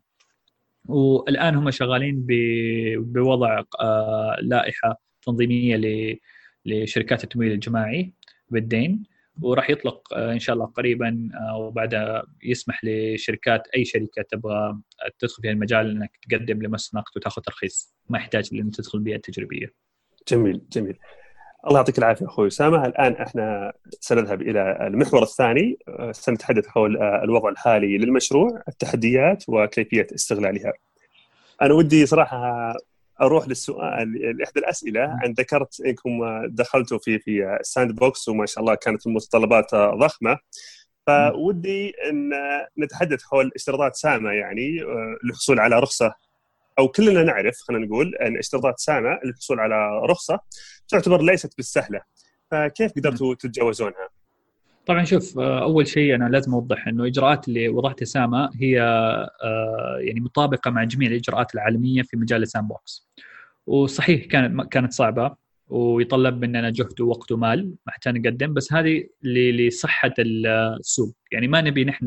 والآن هم شغالين بوضع لائحة تنظيمية لشركات التمويل الجماعي بالدين، وراح يطلق ان شاء الله قريبا، وبعدها يسمح لشركات اي شركه تبغى تدخل في المجال انك تقدم لمس نقد وتاخذ ترخيص، ما يحتاج ان تدخل بيئه تجريبيه. جميل جميل. الله يعطيك العافيه اخوي اسامه. الان احنا سنذهب الى المحور الثاني، سنتحدث حول الوضع الحالي للمشروع، التحديات وكيفيه استغلالها. انا ودي صراحه اروح للسؤال لاحدى الاسئله. عن ذكرت انكم دخلتوا في في ساند بوكس وما شاء الله كانت المتطلبات ضخمه، فودي ان نتحدث حول اشتراطات سامه يعني للحصول على رخصه، او كلنا نعرف خلينا نقول ان اشتراطات سامه للحصول على رخصه تعتبر ليست بالسهله، فكيف قدرتوا تتجاوزونها؟ طبعا شوف، اول شيء انا لازم اوضح انه الاجراءات اللي وضعتها سامه هي يعني مطابقه مع جميع الاجراءات العالميه في مجال الساند بوكس، وصحيح كانت كانت صعبه ويطلب مننا جهد ووقت ومال حتى نقدم، بس هذه لصحه السوق. يعني ما نبي نحن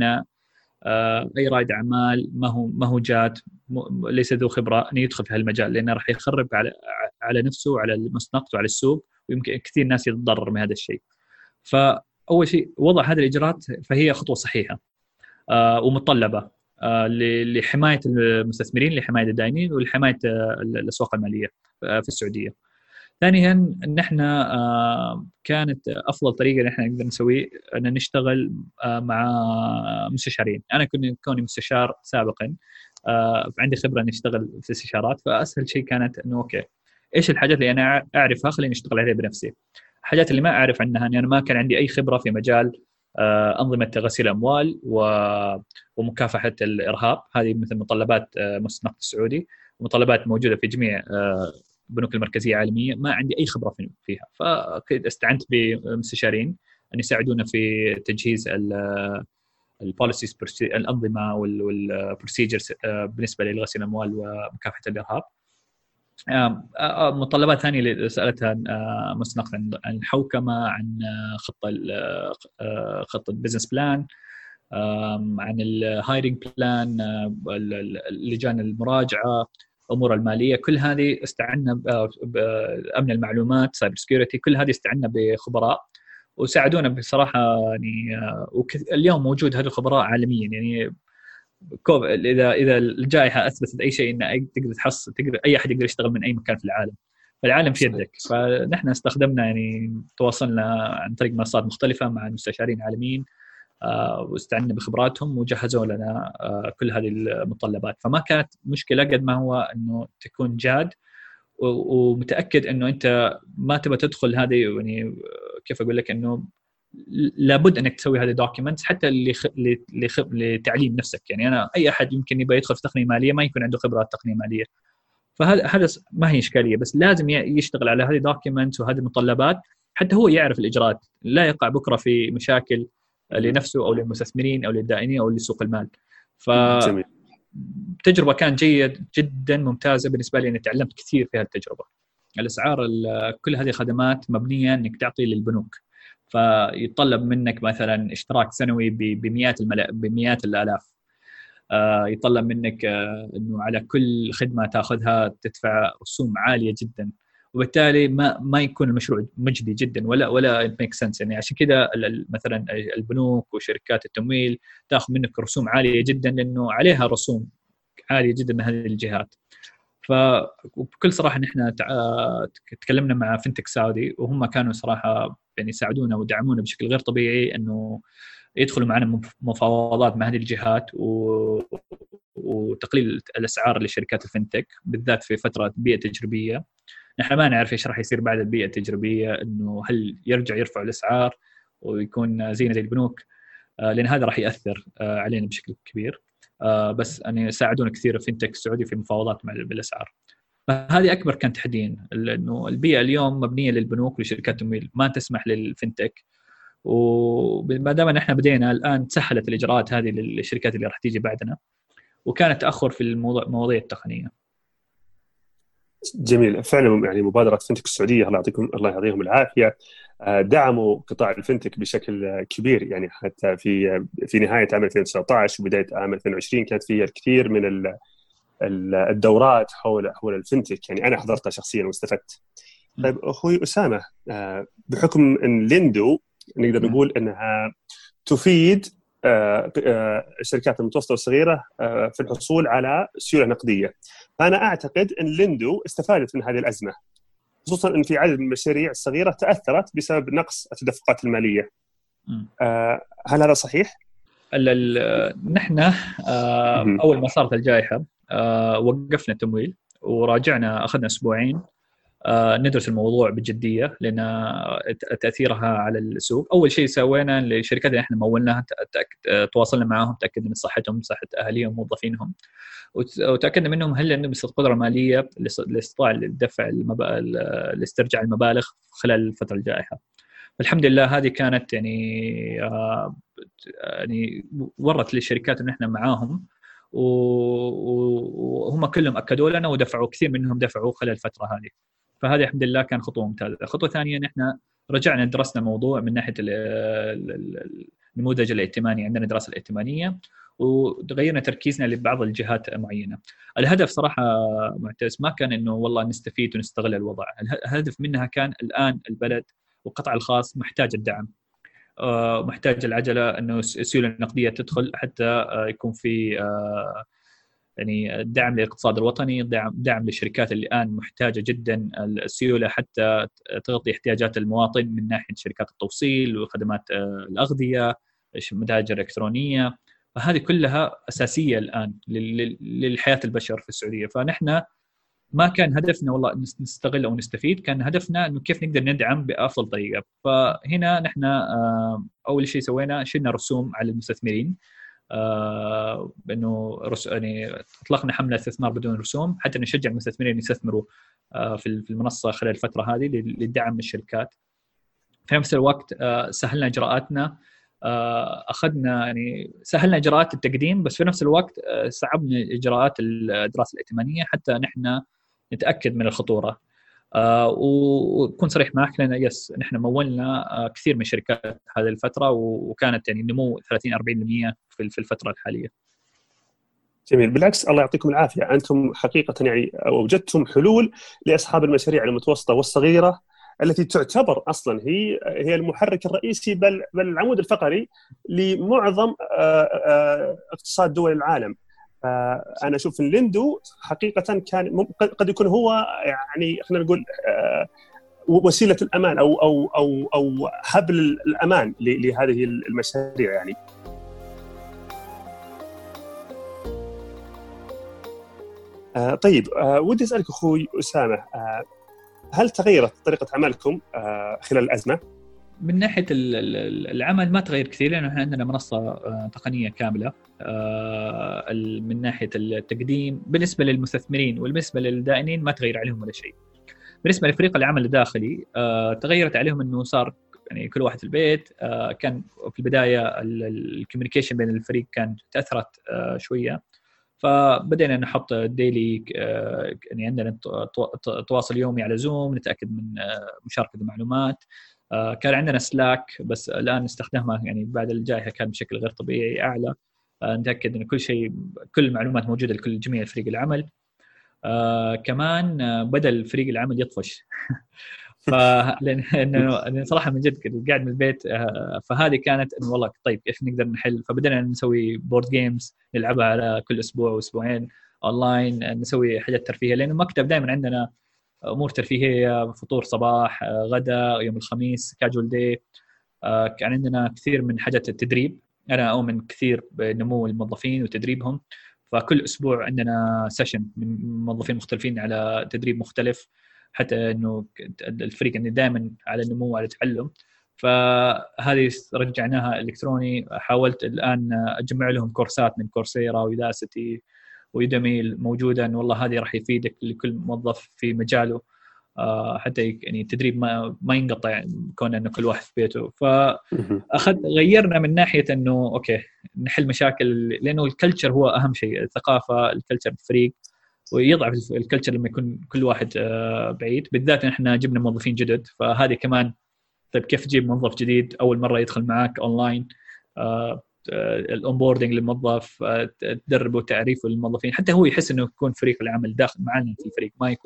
اي رائد اعمال ما هو ما هو جاد ليس ذو خبره ان يدخل في هالمجال، لانه راح يخرب على على نفسه وعلى المستنقط وعلى السوق، ويمكن كثير ناس يتضرر من هذا الشيء. فاول شيء وضع هذه الاجراءات فهي خطوه صحيحه آه ومطلبه آه لحمايه المستثمرين، لحمايه الدائنين، ولحمايه آه الاسواق الماليه آه في السعوديه. ثانيا ان احنا آه كانت افضل طريقه ان احنا نقدر نسوي ان نشتغل آه مع مستشارين. انا كنت كوني مستشار سابقا آه عندي خبره اني اشتغل في الاستشارات، فاسهل شيء كانت انه اوكي ايش الحاجات اللي انا اعرفها خليني اشتغل عليها بنفسي. الحاجات اللي ما اعرف عنها اني انا ما كان عندي اي خبره في مجال آه انظمه غسيل الاموال ومكافحه الارهاب، هذه مثل متطلبات آه مؤسسه النقد السعودي ومتطلبات موجوده في جميع آه البنوك المركزيه العالميه، ما عندي اي خبره فيها. فاكيد استعنت بمستشارين ان يساعدونا في تجهيز البوليسيز الانظمه والبروسيجرز بالنسبه لغسيل الاموال ومكافحه الارهاب. متطلبات ثانيه اللي سالتها مستنقط عن الحوكمه، عن خطه خطه بزنس بلان، عن الهايرنج بلان، لجان المراجعه، امور الماليه، كل هذه استعنا بامن المعلومات، سايبر سكيورتي، كل هذه استعنا بخبراء وساعدونا بصراحه. يعني اليوم موجود هذه الخبراء عالميا، يعني اذا اذا الجائحه اثبتت اي شيء ان تقدر تحصل تقدر اي احد يقدر يشتغل من اي مكان في العالم، فالعالم في يدك. فنحن استخدمنا يعني تواصلنا عن طريق منصات مختلفه مع المستشارين العالميين واستعنا بخبراتهم وجهزوا لنا كل هذه المتطلبات. فما كانت مشكله قد ما هو انه تكون جاد ومتاكد انه انت ما تبغى تدخل هذه، يعني كيف اقول لك، انه لابد انك تسوي هذه دوكيومنتس حتى اللي خ... اللي خ... لتعليم نفسك. يعني انا اي احد يمكن يبغى يدخل في تقنيه ماليه ما يكون عنده خبره تقنيه ماليه، فهذا هذا ما هي اشكاليه، بس لازم يشتغل على هذه دوكيومنتس وهذه المتطلبات حتى هو يعرف الاجراءات، لا يقع بكره في مشاكل لنفسه او للمستثمرين او للدائنين او لسوق المال. ف تجربه كانت جيد جدا ممتازه بالنسبه لي، اني تعلمت كثير في هالتجربه. الاسعار كل هذه الخدمات مبنيه انك تعطي للبنوك، فيتطلب منك مثلا اشتراك سنوي بمئات الملا... بمئات الالاف. آه يطلب منك آه انه على كل خدمه تاخذها تدفع رسوم عاليه جدا، وبالتالي ما ما يكون المشروع مجدي جدا ولا ولا ميك سنس. يعني عشان كذا مثلا البنوك وشركات التمويل تاخذ منك رسوم عاليه جدا، لانه عليها رسوم عاليه جدا من هذه الجهات. فبكل صراحه نحن تكلمنا مع فينتك سعودي، وهم كانوا صراحه يعني يساعدونا ودعمونا بشكل غير طبيعي انه يدخلوا معنا مفاوضات مع هذه الجهات و... وتقليل الاسعار لشركات الفينتك بالذات في فتره بيئه تجريبيه. نحن ما نعرف ايش راح يصير بعد البيئه التجريبيه، انه هل يرجع يرفع الاسعار ويكون زينا زي البنوك، لان هذا راح ياثر علينا بشكل كبير. بس يعني ساعدونا كثير الفينتك السعودي في مفاوضات مع بالاسعار. فهذه اكبر كان تحديين، انه البيئه اليوم مبنيه للبنوك ولشركات التمويل ما تسمح للفينتك، وما دام نحن بدينا الان سهلت الاجراءات هذه للشركات اللي راح تيجي بعدنا، وكانت تاخر في المواضيع التقنيه. جميل فعلا. يعني مبادره فينتك السعوديه الله يعطيكم الله يعطيهم العافيه دعموا قطاع الفينتك بشكل كبير. يعني حتى في في نهايه عام ألفين وتسعة عشر وبدايه عام ألفين وعشرين كانت فيها الكثير من الدورات حول حول الفينتك، يعني انا حضرتها شخصيا واستفدت. طيب اخوي اسامه، بحكم ان ليندو نقدر نقول انها تفيد الشركات المتوسطه والصغيره في الحصول على سيوله نقديه، فانا اعتقد ان ليندو استفادت من هذه الازمه، خصوصا ان في عدد من المشاريع الصغيره تاثرت بسبب نقص التدفقات الماليه. هل هذا صحيح؟ نحن اول ما صارت الجائحه وقفنا التمويل وراجعنا، اخذنا اسبوعين ندرس الموضوع بجديه لان تاثيرها على السوق. اول شيء سوينا للشركات اللي احنا مولناها تواصلنا معهم، تاكدنا من صحتهم، صحه اهاليهم وموظفينهم، وتاكدنا منهم هل عندهم القدره الماليه لاستطاع الدفع لاسترجاع المبالغ خلال فتره الجائحه. الحمد لله هذه كانت يعني آه يعني ورت للشركات ان احنا معاهم، وهم كلهم اكدوا لنا ودفعوا، كثير منهم دفعوا خلال الفتره هذه. فهذه الحمد لله كان خطوه ممتازه. خطوه ثانيه نحن رجعنا درسنا الموضوع من ناحيه النموذج الائتماني، عندنا دراسه الائتمانيه وغيرنا تركيزنا لبعض الجهات معينه. الهدف صراحه معتز ما كان انه والله نستفيد ونستغل الوضع، الهدف منها كان الان البلد والقطاع الخاص محتاج الدعم، محتاج العجله انه السيوله النقديه تدخل حتى يكون في يعني دعم للاقتصاد الوطني، دعم دعم للشركات اللي الان محتاجه جدا السيوله حتى تغطي احتياجات المواطن من ناحيه شركات التوصيل وخدمات الاغذيه، المتاجر الالكترونيه. فهذه كلها اساسيه الان للحياه البشر في السعوديه. فنحن ما كان هدفنا والله نستغل أو نستفيد، كان هدفنا إنه كيف نقدر ندعم بأفضل طريقة. فهنا نحن أول شيء سوينا شلنا رسوم على المستثمرين، إنه يعني أطلقنا حملة استثمار بدون رسوم حتى نشجع المستثمرين يستثمروا في المنصة خلال الفترة هذه لدعم الشركات. في نفس الوقت سهلنا إجراءاتنا، أخذنا يعني سهلنا إجراءات التقديم، بس في نفس الوقت صعبنا إجراءات الدراسة الائتمانية حتى نحن نتأكد من الخطورة. آه وكون صريح معك لنا يس نحن مولنا آه كثير من الشركات هذه الفترة، وكانت يعني نمو ثلاثين أربعين بالمئة في في الفترة الحالية. جميل، بالعكس الله يعطيكم العافية، أنتم حقيقة يعني وجدتم حلول لأصحاب المشاريع المتوسطة والصغيرة التي تعتبر أصلا هي هي المحرك الرئيسي بل بل العمود الفقري لمعظم آه آه اقتصاد دول العالم. أنا أشوف إن ليندو حقيقة كان قد يكون هو يعني خلينا نقول وسيلة الأمان أو أو أو أو حبل الأمان لهذه المشاريع يعني. طيب ودي أسألك أخوي أسامة، هل تغيرت طريقة عملكم خلال الأزمة؟ من ناحية العمل ما تغير كثير، لأنه إحنا عندنا منصة تقنية كاملة. من ناحية التقديم بالنسبة للمستثمرين وبالنسبة للدائنين ما تغير عليهم ولا شيء. بالنسبة لفريق العمل الداخلي تغيرت عليهم إنه صار يعني كل واحد في البيت. كان في البداية الكوميونيكيشن بين الفريق كان تأثرت شوية، فبدأنا نحط ديلي يعني عندنا تواصل يومي على زوم، نتأكد من مشاركة المعلومات. كان عندنا سلاك بس الآن نستخدمها يعني بعد الجائحة كان بشكل غير طبيعي أعلى، نتأكد أن كل شيء كل المعلومات موجودة لكل جميع فريق العمل. آه كمان بدأ الفريق العمل يطفش فلأنه صراحة من جد قاعد من البيت. آه فهذه كانت إنه والله طيب كيف نقدر نحل، فبدأنا نسوي بورد جيمز نلعبها على كل أسبوع وأسبوعين أونلاين، نسوي حاجات ترفيهية لأنه المكتب دائما عندنا أمور ترفيهية، فطور صباح، غدا يوم الخميس كاجول داي. كان عندنا كثير من حاجات التدريب، أنا أؤمن كثير بنمو الموظفين وتدريبهم، فكل أسبوع عندنا سيشن من موظفين مختلفين على تدريب مختلف حتى إنه الفريق إنه دائما على النمو وعلى التعلم. فهذه رجعناها إلكتروني. حاولت الآن أجمع لهم كورسات من كورسيرا ويداسيتي ويدمي موجودة، إن والله هذه راح يفيدك لكل موظف في مجاله حتى يعني التدريب ما ما ينقطع كون إنه كل واحد في بيته. فأخذ غيرنا من ناحية إنه أوكي نحل مشاكل، لأنه الكلتشر هو أهم شيء، الثقافة الكلتشر الفريق، ويضعف الكلتشر لما يكون كل واحد بعيد. بالذات إحنا جبنا موظفين جدد، فهذه كمان طيب كيف تجيب موظف جديد أول مرة يدخل معك أونلاين، الأونبوردينج للموظف، تدربه تعريفه للموظفين حتى هو يحس إنه يكون فريق العمل داخل معنا في الفريق، ما يكون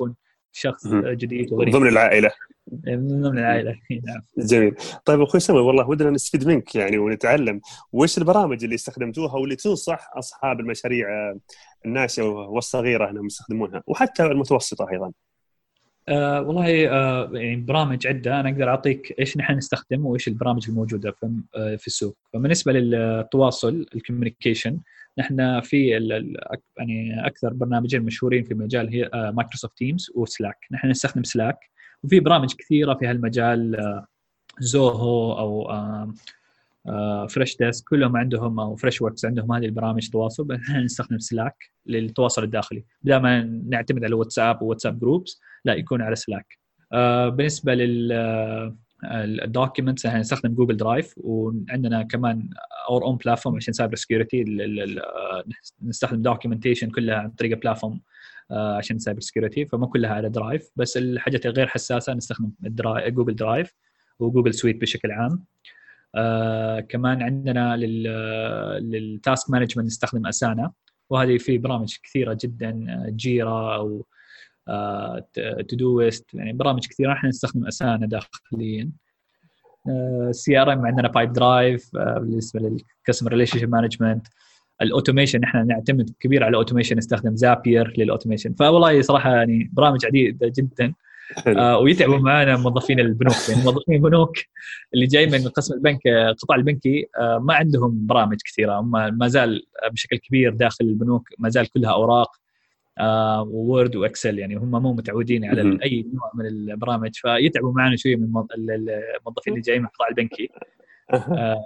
شخص جديد وغريب ضمن العائله من ضمن العائله. نعم. جميل. طيب اخوي سامي والله ودنا نستفيد منك يعني ونتعلم وش البرامج اللي استخدمتوها واللي تنصح اصحاب المشاريع الناشئه والصغيره انهم يستخدمونها وحتى المتوسطه ايضا. أه والله أه يعني برامج عده انا اقدر اعطيك ايش نحن نستخدم وايش البرامج الموجوده في أه في السوق. فبالنسبه للتواصل الكوميونيكيشن نحن في يعني اكثر برنامجين مشهورين في المجال هي أه مايكروسوفت تيمز وسلاك. نحن نستخدم سلاك وفي برامج كثيره في هالمجال أه زوهو او أه أه فريش ديسك كلهم عندهم او فريش وركس عندهم هذه البرامج تواصل. نحن نستخدم سلاك للتواصل الداخلي بدل ما نعتمد على واتساب وواتساب جروبس لا يكون على سلاك. آه بالنسبه لل الدوكيومنتس احنا نستخدم جوجل درايف وعندنا كمان اور اون بلاتفورم عشان سايبر سكيورتي. نستخدم دوكيومنتيشن كلها عن طريق بلاتفورم آه عشان سايبر سكيورتي فما كلها على درايف بس الحاجات الغير حساسه نستخدم الدرايف جوجل درايف وجوجل سويت بشكل عام. آه كمان عندنا لل للتاسك مانجمنت نستخدم اسانا وهذه في برامج كثيره جدا جيرا او تو دو ويست يعني برامج كثيره احنا نستخدم اسانا داخليا. سي ار ام عندنا بايب درايف بالنسبه للكاستمر ريليشن شيب مانجمنت. الاوتوميشن احنا نعتمد كبير على الاوتوميشن نستخدم زابير للاوتوميشن. فوالله صراحه يعني برامج عديده جدا آه ويتعبوا معنا موظفين البنوك يعني موظفين البنوك اللي جاي من قسم البنك قطاع البنكي آه ما عندهم برامج كثيره. هم ما زال بشكل كبير داخل البنوك ما زال كلها اوراق آه وورد واكسل يعني هم مو متعودين على اي نوع من البرامج فيتعبوا معنا شويه من الموظفين اللي جايين من القطاع البنكي. آه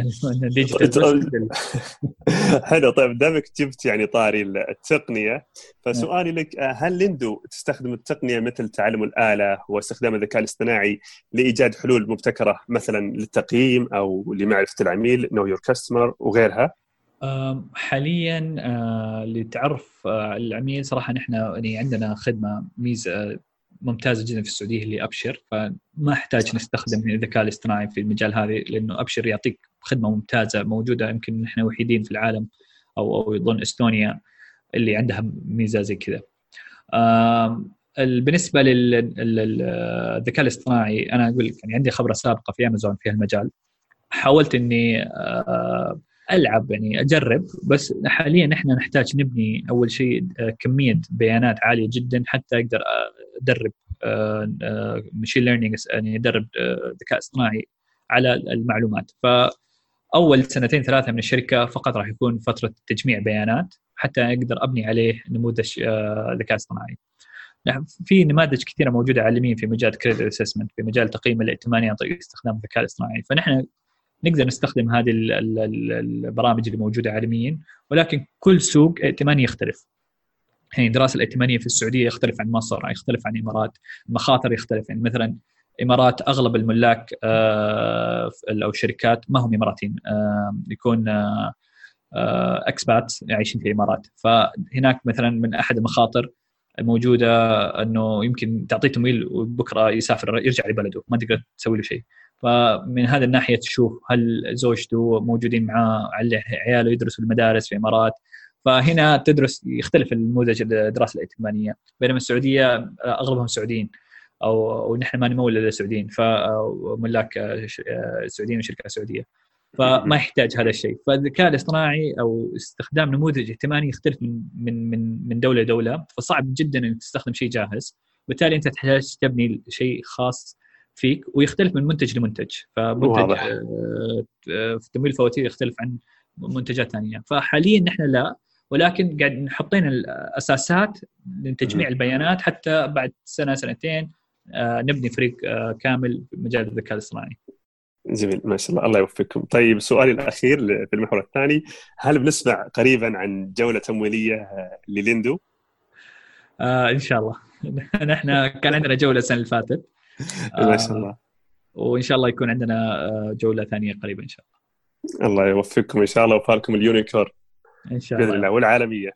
حلو. طيب دامك جبت يعني طاري التقنيه فسؤالي لك هل ليندو تستخدم التقنيه مثل تعلم الآلة واستخدام الذكاء الاصطناعي لايجاد حلول مبتكره مثلا للتقييم او لمعرفه العميل نو يور كاستمر وغيرها؟ حاليا لتعرف العميل صراحه نحن يعني عندنا خدمه ميزه ممتازه جدا في السعوديه اللي ابشر فما احتاج نستخدم الذكاء الاصطناعي في المجال هذا لانه ابشر يعطيك خدمه ممتازه موجوده يمكن نحن وحيدين في العالم او او يظن استونيا اللي عندها ميزه زي كذا. بالنسبه للذكاء الاصطناعي انا اقول لك يعني عندي خبره سابقه في امازون في هالمجال. حاولت اني العب يعني اجرب بس حاليا احنا نحتاج نبني اول شيء كميه بيانات عاليه جدا حتى اقدر ادرب ماشين ليرنينج يعني ادرب ذكاء اصطناعي على المعلومات. فاول سنتين ثلاثه من الشركه فقط راح يكون فتره تجميع بيانات حتى اقدر ابني عليه نموذج ذكاء اصطناعي. في نماذج كثيره موجوده عالميا في مجال كريدت اسسمنت في مجال تقييم الائتمانيه عن طريق استخدام الذكاء الاصطناعي. فنحن نقدر نستخدم هذه البرامج اللي موجوده عالميا ولكن كل سوق ائتماني يختلف. يعني دراسه الائتمانيه في السعوديه يختلف عن مصر يختلف عن الامارات. المخاطر يختلف يعني مثلا الامارات اغلب الملاك او الشركات ما هم اماراتيين يكون اكسبات عايشين في الامارات. فهناك مثلا من احد المخاطر الموجوده انه يمكن تعطيه تمويل وبكره يسافر يرجع لبلده ما تقدر تسوي له شيء. فمن هذا الناحيه تشوف هل زوجته موجودين معاه عياله يدرسوا المدارس في الامارات. فهنا تدرس يختلف النموذج الدراسه الائتمانيه بينما السعوديه اغلبهم سعوديين او ونحن ما نمول الا سعوديين فملاك سعوديين وشركات سعوديه فما يحتاج هذا الشيء. فالذكاء الاصطناعي او استخدام نموذج ائتماني يختلف من من من من دوله لدوله فصعب جدا انك تستخدم شيء جاهز. بالتالي انت تحتاج تبني شيء خاص فيك ويختلف من منتج لمنتج. فمنتج في تمويل الفواتير يختلف عن منتجات ثانيه. فحاليا نحن لا ولكن قاعد نحطين الاساسات لتجميع البيانات حتى بعد سنه سنتين نبني فريق كامل في مجال الذكاء الاصطناعي. جميل ما شاء الله الله يوفقكم. طيب سؤالي الأخير في المحور الثاني هل بنسمع قريبا عن جولة تمويلية لليندو؟ آه إن شاء الله. نحن كان عندنا جولة السنة اللي فاتت آه ما شاء الله وإن شاء الله يكون عندنا جولة ثانية قريبا إن شاء الله. الله يوفقكم إن شاء الله وفاركم اليونيكور إن شاء الله بإذن الله والعالمية.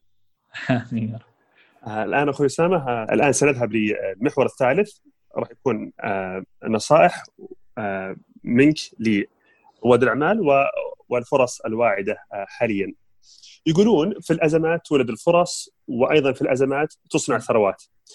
آه الآن أخوي أسامة آه الآن سنذهب للمحور الثالث راح يكون آه نصائح آه منك لرواد الأعمال والفرص الواعدة حاليا. يقولون في الأزمات تولد الفرص وأيضا في الأزمات تصنع ثروات.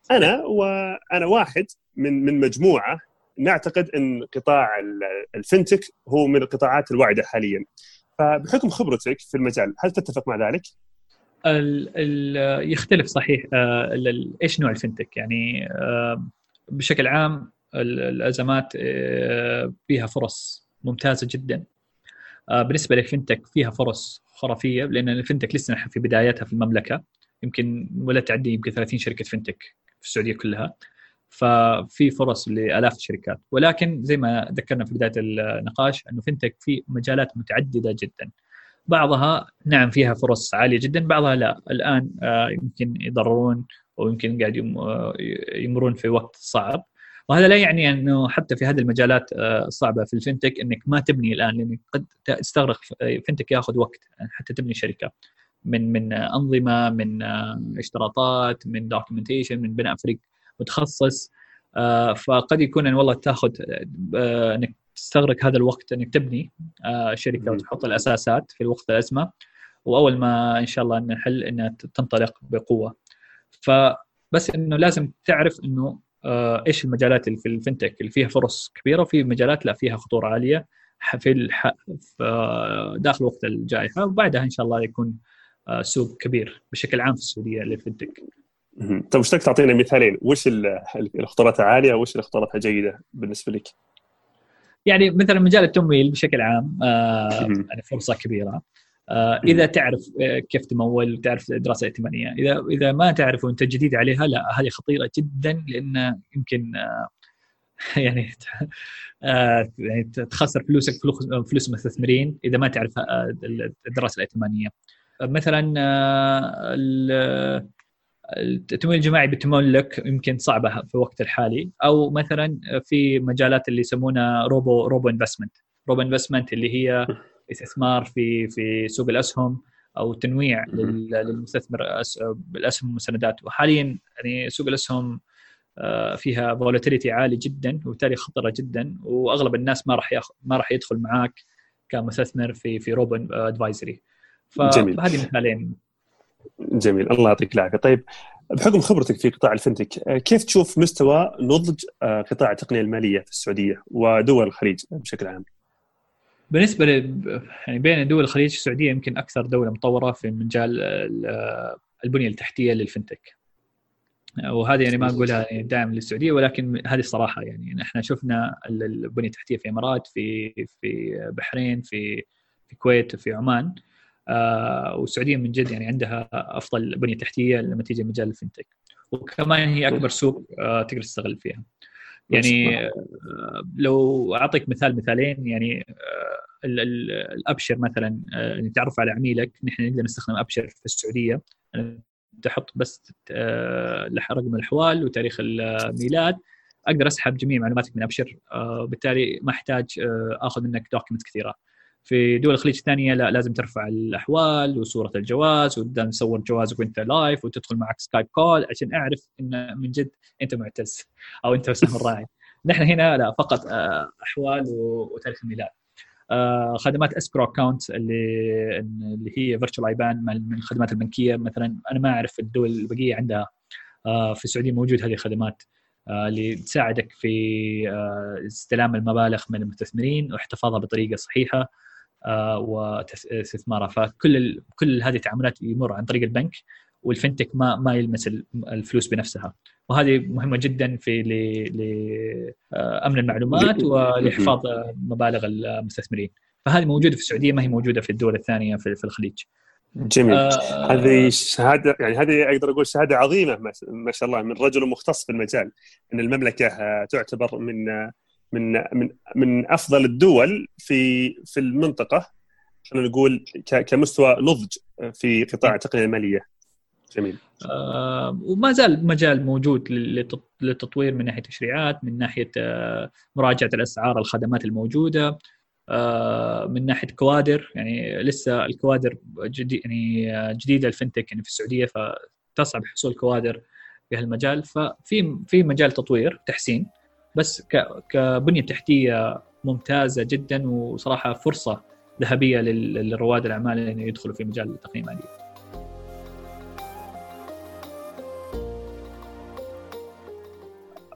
انا وانا واحد من من مجموعه نعتقد ان قطاع الفنتك هو من القطاعات الواعده حاليا. فبحكم خبرتك في المجال هل تتفق مع ذلك؟ ال ال يختلف صحيح. آه ايش نوع الفنتك؟ يعني آه بشكل عام الازمات آه فيها فرص ممتازه جدا. آه بالنسبه للفنتك فيها فرص خرافيه، لان الفنتك لسه نحن في بداياتها في المملكه، يمكن ولا تعدي يمكن ثلاثين شركه فنتك في السعوديه كلها. ففي فرص لالاف الشركات، ولكن زي ما ذكرنا في بدايه النقاش انه فنتك في مجالات متعدده جدا. بعضها نعم فيها فرص عاليه جدا، بعضها لا. الان يمكن يضررون ويمكن قاعد يمرون في وقت صعب، وهذا لا يعني انه حتى في هذه المجالات الصعبه في الفنتك انك ما تبني الان، لانك قد تستغرق فنتك ياخذ وقت حتى تبني شركه من من انظمه، من اشتراطات، من دوكيومنتيشن، من بناء فريق متخصص. فقد يكون ان والله تاخذ انك تستغرق هذا الوقت انك تبني شركه وتحط الاساسات في وقت الازمه، واول ما ان شاء الله نحل انها تنطلق بقوه. فبس انه لازم تعرف انه ايش المجالات اللي في الفنتك اللي فيها فرص كبيره، وفي مجالات لا فيها خطوره عاليه في الح... في داخل وقت الجائحه، وبعدها ان شاء الله يكون سوق كبير بشكل عام في السعوديه للفنتك. طيب وش تعطينا مثالين؟ وش الخطورات عاليه وش الخطورات جيده بالنسبه لك؟ يعني مثلا مجال التمويل بشكل عام آه يعني فرصه كبيره آه اذا تعرف كيف تمول وتعرف دراسه ائتمانيه. اذا اذا ما تعرف وانت جديد عليها لا، هذه خطيره جدا، لان يمكن آه يعني آه يعني تخسر فلوسك فلوس المستثمرين اذا ما تعرف الدراسه الائتمانيه. مثلا آه التمويل الجماعي بتملك يمكن صعبه في الوقت الحالي، او مثلا في مجالات اللي يسمونها روبو روبو انفستمنت. روبو انفستمنت اللي هي استثمار في في سوق الاسهم او تنويع للمستثمر بالاسهم والمسندات. وحاليا يعني سوق الاسهم فيها فولاتيليتي عالي جدا وبالتالي خطره جدا، واغلب الناس ما راح ياخذ ما راح يدخل معاك كمستثمر في في روبو ادفايزري. فهذه مثالين. جميل، الله يعطيك العافيه. طيب بحكم خبرتك في قطاع الفنتك كيف تشوف مستوى نضج قطاع التقنيه الماليه في السعوديه ودول الخليج بشكل عام؟ بالنسبه ل يعني بين دول الخليج السعوديه يمكن اكثر دوله مطوره في مجال البنيه التحتيه للفنتك، وهذه يعني ما اقولها يعني دائما للسعوديه، ولكن هذه الصراحه يعني احنا شفنا البنيه التحتيه في الامارات، في في بحرين، في في الكويت، في عمان. آه والسعوديه من جد يعني عندها افضل بنيه تحتيه لما تيجي مجال الفنتك، وكمان هي اكبر سوق آه تقدر تستغل فيها. يعني آه لو اعطيك مثال مثالين، يعني آه الابشر مثلا آه نتعرف على عميلك، نحن نقدر نستخدم ابشر في السعوديه، تحط بس آه رقم الحوال وتاريخ الميلاد، اقدر اسحب جميع معلوماتك من ابشر، آه بالتالي ما احتاج آه اخذ منك دوكيومنت كثيره. في دول الخليج الثانيه لا، لازم ترفع الاحوال وصوره الجواز وتبدا تصور جوازك وانت لايف وتدخل معك سكايب كول عشان اعرف ان من جد انت معتز او انت سهم الراعي. نحن هنا لا، فقط احوال وتاريخ الميلاد. خدمات اسكرو اكاونت اللي اللي هي فيرتشوال ايبان من الخدمات البنكيه مثلا، انا ما اعرف الدول البقيه عندها. في السعوديه موجود هذه الخدمات اللي تساعدك في استلام المبالغ من المستثمرين واحتفاظها بطريقه صحيحه واستثمارها. فكل ال... كل هذه التعاملات يمر عن طريق البنك، والفنتك ما ما يلمس الفلوس بنفسها، وهذه مهمه جدا في لامن المعلومات ولحفاظ مبالغ المستثمرين. فهذه موجوده في السعوديه، ما هي موجوده في الدول الثانيه في, في الخليج. جميل. آه هذه شهاده، يعني هذه اقدر اقول شهاده عظيمه ما شاء الله من رجل مختص في المجال، ان المملكه تعتبر من من من من افضل الدول في في المنطقه، خلينا نقول كمستوى نضج في قطاع التقنيه الماليه. جميل. آه وما زال مجال موجود للتطوير من ناحيه تشريعات، من ناحيه آه مراجعه الاسعار الخدمات الموجوده، آه من ناحيه كوادر. يعني لسه الكوادر جديد يعني جديده الفنتك يعني في السعوديه، فتصعب حصول كوادر في هالمجال. ففي في مجال تطوير تحسين، بس كبنية تحتية ممتازة جدا، وصراحة فرصة ذهبية للرواد الأعمال أن يدخلوا في مجال التقنية المالية.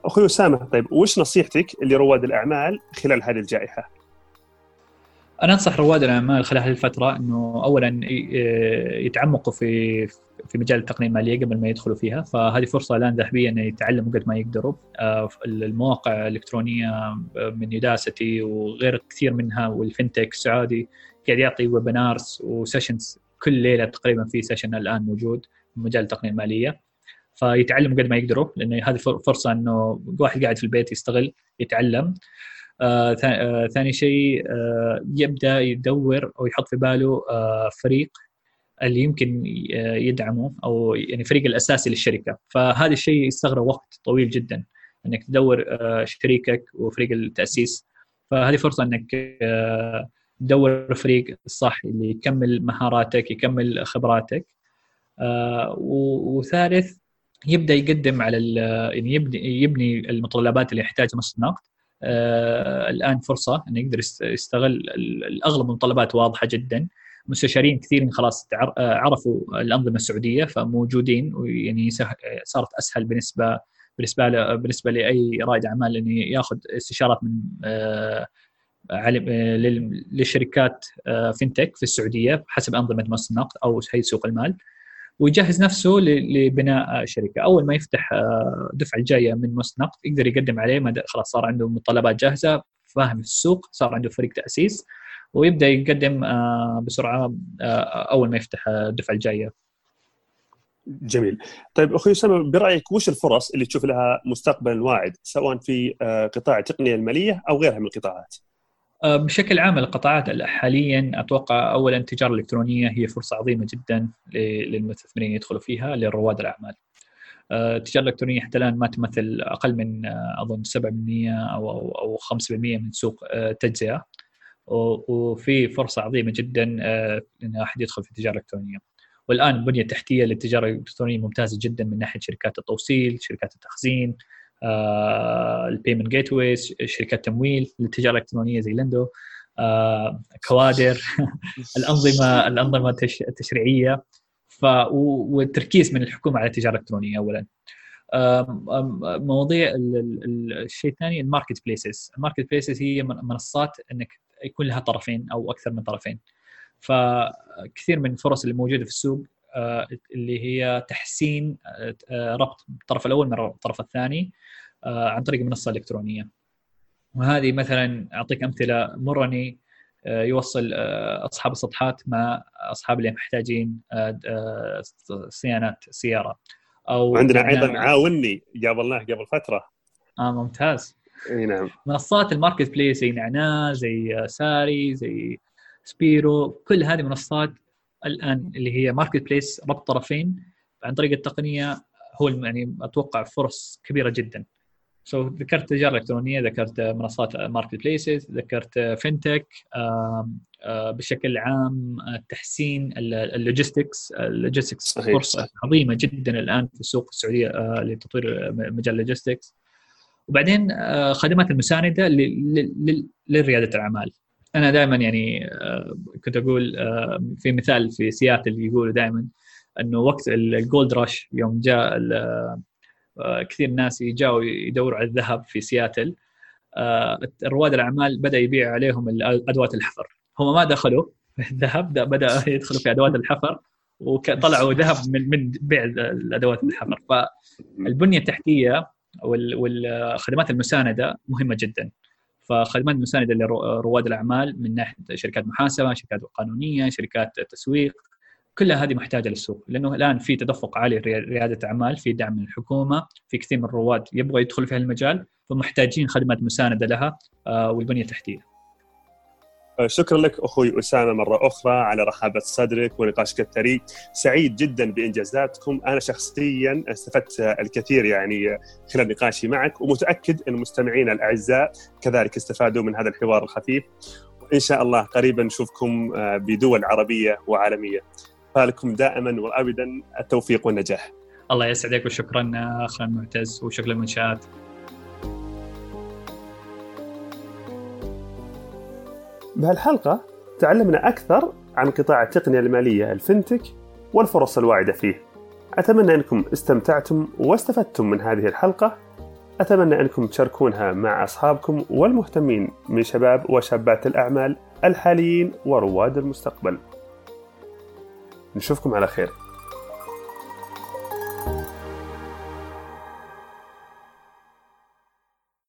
أخوي أسامة، طيب وش نصيحتك لرواد الأعمال خلال هذه الجائحة؟ أنا أنصح رواد الأعمال خلال هذه الفترة أنه أولاً يتعمقوا في في مجال التقنية المالية قبل ما يدخلوا فيها، فهذه فرصة الآن ذهبية أن يتعلموا قد ما يقدروا. المواقع الإلكترونية من يوداسيتي وغير كثير منها، والفينتك السعودي قاعد يعطي ويبنارز وسيشنز كل ليلة تقريباً، في سيشن الآن موجود في مجال التقنية المالية، فيتعلموا قد ما يقدروا، لأنه هذه فرصة أنه واحد قاعد في البيت يستغل يتعلم. آه ثاني شيء آه يبدأ يدور أو يحط في باله آه فريق اللي يمكن يدعمه، أو يعني فريق الأساسي للشركة. فهذا الشيء يستغرق وقت طويل جدا أنك تدور آه شريكك وفريق التأسيس، فهذه فرصة أنك آه تدور فريق الصح اللي يكمل مهاراتك يكمل خبراتك. آه وثالث يبدأ يقدم على يعني يبني يبني المتطلبات اللي يحتاجها مصنع النقد. آه الآن فرصة أنه يقدر يستغل الأغلب المتطلبات واضحة جدا، مستشارين كثيرين خلاص عرفوا الأنظمة السعودية فموجودين، ويعني صارت أسهل بالنسبة بالنسبة بالنسبة لأي رائد أعمال أن يأخذ استشارات من آه للشركات آه فينتك في السعودية حسب أنظمة مصنع النقد أو هيئة سوق المال، ويجهز نفسه لبناء شركة. أول ما يفتح دفعة الجاية من مصنع نقد يقدر يقدم عليه، ما خلاص صار عنده متطلبات جاهزة، فاهم في السوق، صار عنده فريق تأسيس، ويبدأ يقدم بسرعة أول ما يفتح الدفعة الجاية. جميل. طيب أخوي أسامة، برأيك وش الفرص اللي تشوف لها مستقبل واعد سواء في قطاع التقنية المالية أو غيرها من القطاعات؟ بشكل عام القطاعات حاليا أتوقع أولا التجارة الإلكترونية هي فرصة عظيمة جدا للمستثمرين يدخلوا فيها للرواد الأعمال. التجارة الإلكترونية حتى الآن ما تمثل أقل من أظن سبعة بالمئة أو أو خمسة بالمئة من سوق التجزئة، وفي فرصة عظيمة جدا إن أحد يدخل في التجارة الإلكترونية. والآن البنية التحتية للتجارة الإلكترونية ممتازة جدا من ناحية شركات التوصيل، شركات التخزين، آه، البيمنت جيت ويز، شركات تمويل للتجاره الالكترونيه زي لندو، آه، كوادر الانظمه الانظمه التشريعيه، ف والتركيز من الحكومه على التجاره الالكترونيه اولا. مواضيع الشيء الثاني الماركت بليسز. الماركت بليسز هي منصات انك يكون لها طرفين او اكثر من طرفين، فكثير من الفرص اللي موجوده في السوق اللي هي تحسين ربط الطرف الأول مع الطرف الثاني عن طريق منصة إلكترونية. وهذه مثلا أعطيك أمثلة، مرني يوصل أصحاب السطحات مع أصحاب اللي محتاجين صيانة سيارة. أو عندنا أيضا عاوني قابلناه قبل فترة. آه ممتاز. أي نعم. منصات الماركت بليس زي نعناع، زي ساري، زي سبيرو، كل هذه منصات الآن اللي هي ماركت بليس ربط طرفين عن طريق التقنية، هو يعني أتوقع فرص كبيرة جدا. so, ذكرت تجارة إلكترونية، ذكرت منصات ماركت بليسز، ذكرت فينتك، بشكل عام تحسين اللوجيستكس. اللوجيستكس فرصة عظيمة جدا الآن في السوق السعودية لتطوير مجال اللوجيستكس. وبعدين خدمات المساندة للريادة الأعمال. أنا دائما يعني كنت أقول في مثال في سياتل يقولوا دائما أنه وقت الجولد راش يوم جاء كثير ناس يجاوا يدوروا على الذهب في سياتل، رواد الأعمال بدأ يبيع عليهم أدوات الحفر. هم ما دخلوا في الذهب، بدأ يدخلوا في أدوات الحفر وطلعوا ذهب من من بيع الأدوات الحفر. فالبنية التحتية والخدمات المساندة مهمة جدا. فخدمات المساندة لرواد الأعمال من ناحية شركات محاسبة، شركات قانونية، شركات تسويق، كلها هذه محتاجة للسوق، لأنه الآن في تدفق عالي ريادة أعمال، في دعم من الحكومة، في كثير من الرواد يبغوا يدخلوا في هالمجال، فمحتاجين خدمات مساندة لها والبنية التحتية. شكرا لك أخوي أسامة مرة أخرى على رحابة صدرك ونقاشك الثري. سعيد جدا بإنجازاتكم. أنا شخصيا استفدت الكثير يعني خلال نقاشي معك، ومتأكد أن مستمعينا الأعزاء كذلك استفادوا من هذا الحوار الخفيف. وإن شاء الله قريبا نشوفكم بدول عربية وعالمية. فلكم دائما وأبدا التوفيق والنجاح. الله يسعدك، وشكرا أخي معتز، وشكرا للمنشآت. بهالحلقة تعلمنا أكثر عن قطاع التقنية المالية الفينتك والفرص الواعدة فيه. أتمنى أنكم استمتعتم واستفدتم من هذه الحلقة. أتمنى أنكم تشاركونها مع أصحابكم والمهتمين من شباب وشابات الأعمال الحاليين ورواد المستقبل. نشوفكم على خير.